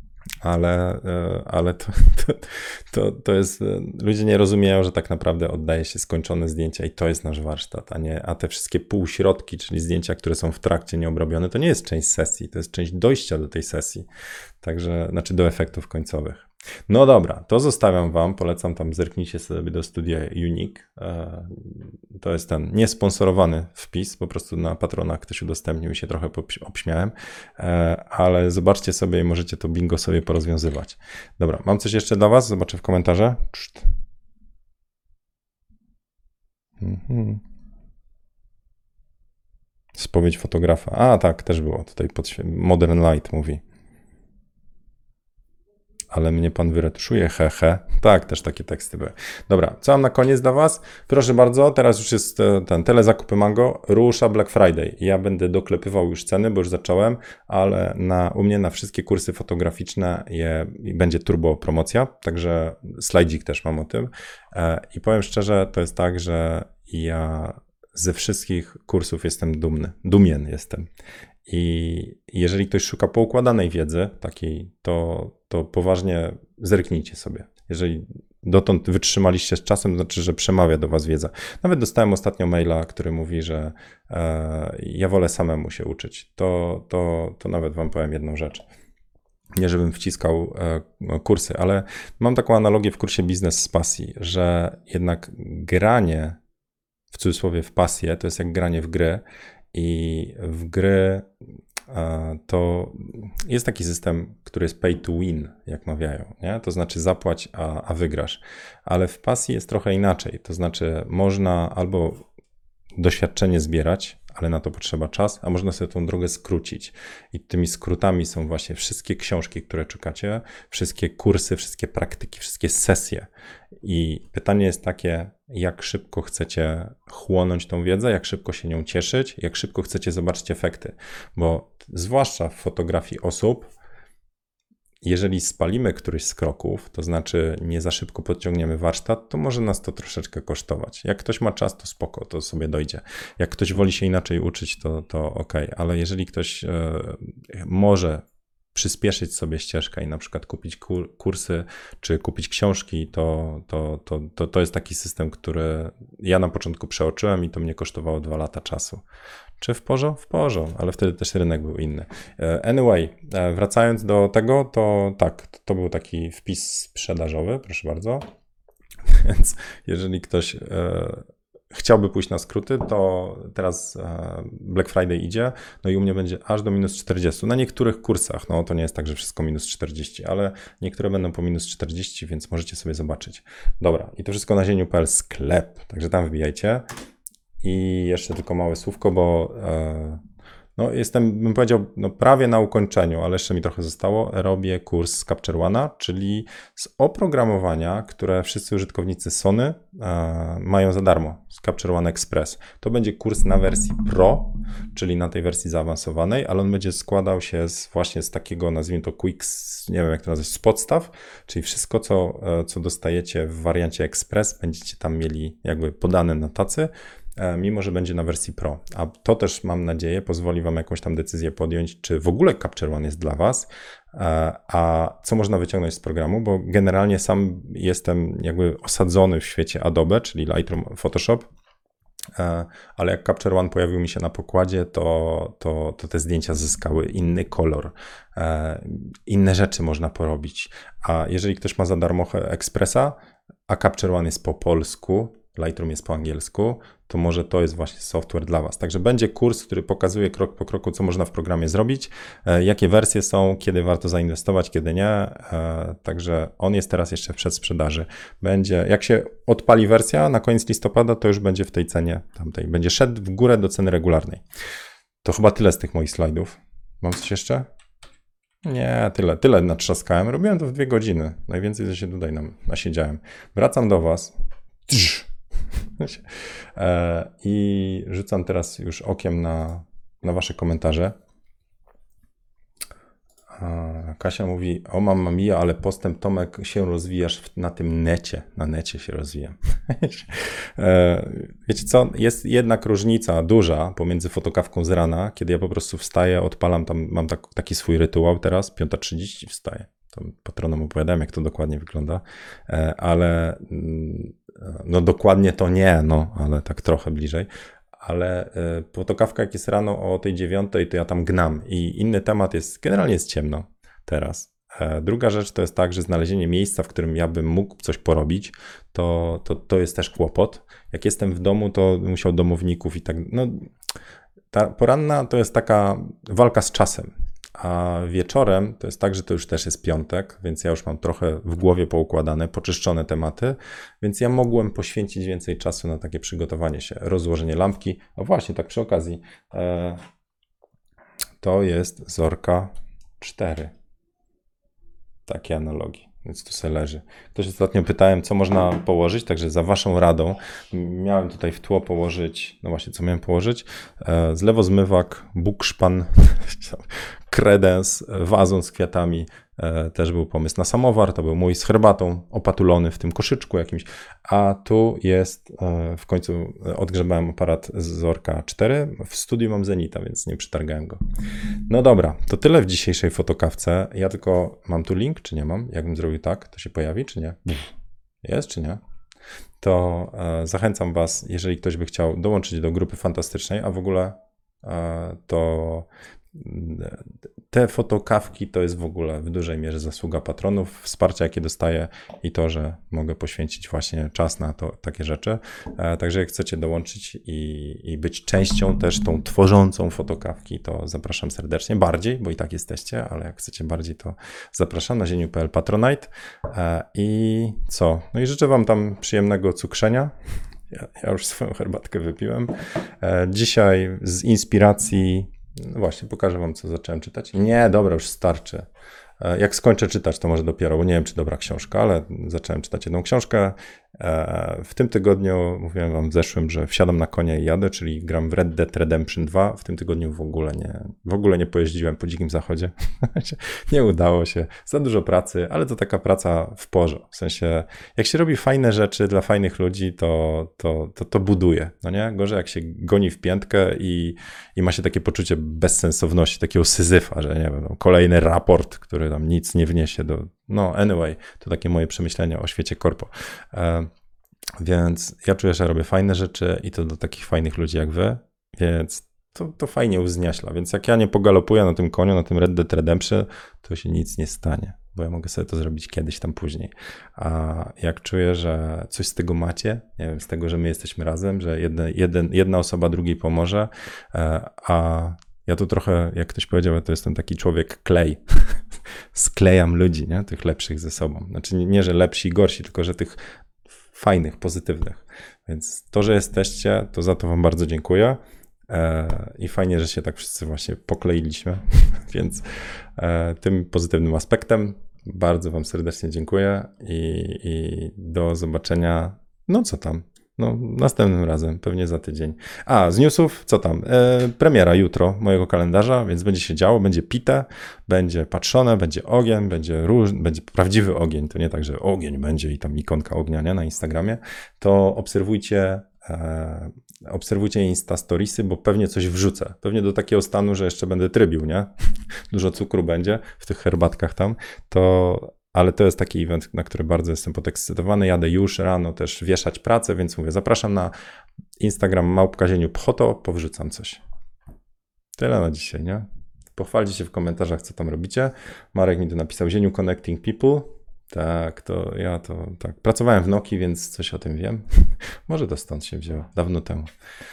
ale to jest, ludzie nie rozumieją, że tak naprawdę oddaje się skończone zdjęcia i to jest nasz warsztat, a te wszystkie półśrodki, czyli zdjęcia, które są w trakcie nieobrobione, to nie jest część sesji, to jest część dojścia do tej sesji, także, znaczy do efektów końcowych. No dobra, to zostawiam wam, polecam tam, zerknijcie sobie do studia Unique. To jest ten niesponsorowany wpis, po prostu na Patronach ktoś udostępnił i się trochę obśmiałem, ale zobaczcie sobie i możecie to bingo sobie porozwiązywać. Dobra, mam coś jeszcze dla was, zobaczę w komentarzach. Spowiedź fotografa, a tak, też było, tutaj Modern Light mówi. Ale mnie pan wyretuszuje, hehe. Tak, też takie teksty były. Dobra, co mam na koniec dla was? Proszę bardzo, teraz już jest ten telezakupy Mango, rusza Black Friday. Ja będę doklepywał już ceny, bo już zacząłem, ale u mnie na wszystkie kursy fotograficzne będzie turbo promocja, także slajdzik też mam o tym. I powiem szczerze, to jest tak, że ja ze wszystkich kursów jestem dumien jestem. I jeżeli ktoś szuka poukładanej wiedzy takiej, to poważnie zerknijcie sobie. Jeżeli dotąd wytrzymaliście z czasem, to znaczy, że przemawia do was wiedza. Nawet dostałem ostatnio maila, który mówi, że ja wolę samemu się uczyć. To nawet wam powiem jedną rzecz. Nie, żebym wciskał kursy, ale mam taką analogię w kursie Biznes z pasji, że jednak granie w cudzysłowie w pasję to jest jak granie w gry. I w gry to jest taki system, który jest pay to win, jak mawiają, nie? To znaczy zapłać, a wygrasz. Ale w pasji jest trochę inaczej. To znaczy można albo doświadczenie zbierać, ale na to potrzeba czas, a można sobie tą drogę skrócić. I tymi skrótami są właśnie wszystkie książki, które szukacie, wszystkie kursy, wszystkie praktyki, wszystkie sesje. I pytanie jest takie, jak szybko chcecie chłonąć tą wiedzę, jak szybko się nią cieszyć, jak szybko chcecie zobaczyć efekty. Bo zwłaszcza w fotografii osób, jeżeli spalimy któryś z kroków, to znaczy nie za szybko podciągniemy warsztat, to może nas to troszeczkę kosztować. Jak ktoś ma czas, to spoko, to sobie dojdzie. Jak ktoś woli się inaczej uczyć, to okej. Ale jeżeli ktoś może przyspieszyć sobie ścieżkę i na przykład kupić kursy, czy kupić książki, to jest taki system, który ja na początku przeoczyłem i to mnie kosztowało 2 lata czasu. Czy w porządku? W porządku, ale wtedy też rynek był inny. Anyway, wracając do tego, to tak, to był taki wpis sprzedażowy, proszę bardzo. Więc jeżeli ktoś chciałby pójść na skróty, to teraz Black Friday idzie, no i u mnie będzie aż do minus 40. Na niektórych kursach, no to nie jest tak, że wszystko minus 40, ale niektóre będą po minus 40, więc możecie sobie zobaczyć. Dobra, i to wszystko na zieniu.pl sklep, także tam wbijajcie. I jeszcze tylko małe słówko, bo No jestem, bym powiedział, no prawie na ukończeniu, ale jeszcze mi trochę zostało. Robię kurs z Capture One'a, czyli z oprogramowania, które wszyscy użytkownicy Sony mają za darmo, z Capture One Express. To będzie kurs na wersji Pro, czyli na tej wersji zaawansowanej, ale on będzie składał się właśnie z takiego, nazwijmy to quick, nie wiem jak to nazwać, z podstaw, czyli wszystko, co dostajecie w wariancie Express, będziecie tam mieli jakby podane na tacy, mimo że będzie na wersji Pro. A to też, mam nadzieję, pozwoli wam jakąś tam decyzję podjąć, czy w ogóle Capture One jest dla was, a co można wyciągnąć z programu, bo generalnie sam jestem jakby osadzony w świecie Adobe, czyli Lightroom, Photoshop, ale jak Capture One pojawił mi się na pokładzie, to te zdjęcia zyskały inny kolor, inne rzeczy można porobić. A jeżeli ktoś ma za darmo Expressa, a Capture One jest po polsku, Lightroom jest po angielsku, to może to jest właśnie software dla was. Także będzie kurs, który pokazuje krok po kroku, co można w programie zrobić, jakie wersje są, kiedy warto zainwestować, kiedy nie. Także on jest teraz jeszcze w przedsprzedaży. Będzie, jak się odpali wersja na koniec listopada, to już będzie w tej cenie tamtej. Będzie szedł w górę do ceny regularnej. To chyba tyle z tych moich slajdów. Mam coś jeszcze? Nie, tyle natrzaskałem. Robiłem to w 2 godziny. Najwięcej to się tutaj nasiedziałem. Wracam do was. I rzucam teraz już okiem na wasze komentarze. Kasia mówi, o mamma mia, ale postęp Tomek się rozwijasz na tym necie. Na necie się rozwijam. Wiecie co, jest jednak różnica duża pomiędzy fotokawką z rana, kiedy ja po prostu wstaję, odpalam, tam mam taki swój rytuał teraz, 5:30 wstaję. To patronom opowiadałem, jak to dokładnie wygląda, ale no dokładnie to nie, no ale tak trochę bliżej. Ale fotokawka jak jest rano o tej 9:00, to ja tam gnam i inny temat jest, generalnie jest ciemno teraz. Druga rzecz to jest tak, że znalezienie miejsca, w którym ja bym mógł coś porobić, to jest też kłopot. Jak jestem w domu, to musiał domowników i tak, no ta poranna to jest taka walka z czasem. A wieczorem to jest tak, że to już też jest piątek, więc ja już mam trochę w głowie poukładane, poczyszczone tematy, więc ja mogłem poświęcić więcej czasu na takie przygotowanie się, rozłożenie lampki. A właśnie, tak przy okazji, to jest Zorka 4. Takie analogii, więc tu se leży. Ktoś ostatnio pytałem, co można położyć, także za waszą radą miałem tutaj w tło położyć, no właśnie, co miałem położyć? Zlewozmywak, bukszpan, kredens, wazon z kwiatami, też był pomysł na samowar, to był mój z herbatą, opatulony w tym koszyczku jakimś, a tu jest, w końcu odgrzebałem aparat z Zorka 4, w studiu mam Zenita, więc nie przetargałem go. No dobra, to tyle w dzisiejszej fotokawce, ja tylko, mam tu link, czy nie mam? Jakbym zrobił tak, to się pojawi, czy nie? Jest, czy nie? To zachęcam was, jeżeli ktoś by chciał dołączyć do grupy fantastycznej, a w ogóle to te fotokawki to jest w ogóle w dużej mierze zasługa patronów, wsparcia jakie dostaję i to, że mogę poświęcić właśnie czas na to, takie rzeczy. Także jak chcecie dołączyć i być częścią też tą tworzącą fotokawki, to zapraszam serdecznie, bardziej, bo i tak jesteście, ale jak chcecie bardziej, to zapraszam na zieniu.pl Patronite i co? No i życzę wam tam przyjemnego cukrzenia. Ja już swoją herbatkę wypiłem. Dzisiaj z inspiracji, no właśnie, pokażę wam, co zacząłem czytać. Nie, dobra, już starczy. Jak skończę czytać, to może dopiero, bo nie wiem, czy dobra książka, ale zacząłem czytać jedną książkę. W tym tygodniu, mówiłem wam w zeszłym, że wsiadam na konia i jadę, czyli gram w Red Dead Redemption 2. W tym tygodniu w ogóle nie pojeździłem po Dzikim Zachodzie. Nie udało się. Za dużo pracy, ale to taka praca w porze. W sensie, jak się robi fajne rzeczy dla fajnych ludzi, to buduje. No nie? Gorzej jak się goni w piętkę i ma się takie poczucie bezsensowności, takiego syzyfa, że nie wiem, no, kolejny raport, który tam nic nie wniesie do... No anyway, to takie moje przemyślenia o świecie korpo. Więc ja czuję, że robię fajne rzeczy i to do takich fajnych ludzi jak wy, więc to fajnie uzniaśla. Więc jak ja nie pogalopuję na tym koniu, na tym Red Dead Redemption, to się nic nie stanie, bo ja mogę sobie to zrobić kiedyś tam później. A jak czuję, że coś z tego macie, nie wiem, z tego, że my jesteśmy razem, że jedna osoba drugiej pomoże, a ja tu trochę, jak ktoś powiedział, to jestem taki człowiek klej. Sklejam ludzi, nie? Tych lepszych ze sobą. Znaczy nie, że lepsi i gorsi, tylko że tych fajnych, pozytywnych. Więc to, że jesteście, to za to wam bardzo dziękuję. I fajnie, że się tak wszyscy właśnie pokleiliśmy, więc tym pozytywnym aspektem bardzo wam serdecznie dziękuję i do zobaczenia, no co tam, no następnym razem, pewnie za tydzień. A, z newsów, co tam? Premiera jutro mojego kalendarza, więc będzie się działo, będzie pite, będzie patrzone, będzie ogień, będzie prawdziwy ogień, to nie tak, że ogień będzie i tam ikonka ognia, nie, na Instagramie, to obserwujcie Insta Storiesy, bo pewnie coś wrzucę. Pewnie do takiego stanu, że jeszcze będę trybił, nie? Dużo cukru będzie w tych herbatkach tam, ale to jest taki event, na który bardzo jestem podekscytowany. Jadę już rano też wieszać pracę, więc mówię, zapraszam na Instagram @Pchoto, powrzucam coś. Tyle na dzisiaj, nie? Pochwalcie się w komentarzach, co tam robicie. Marek mi tu napisał, Zieniu Connecting People. Tak, to ja to tak. Pracowałem w Nokii, więc coś o tym wiem. Może to stąd się wzięło, dawno temu.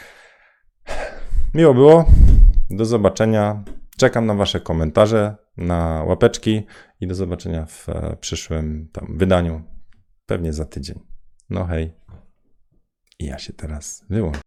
Miło było. Do zobaczenia. Czekam na wasze komentarze, na łapeczki i do zobaczenia w przyszłym tam wydaniu. Pewnie za tydzień. No hej. I ja się teraz wyłączę.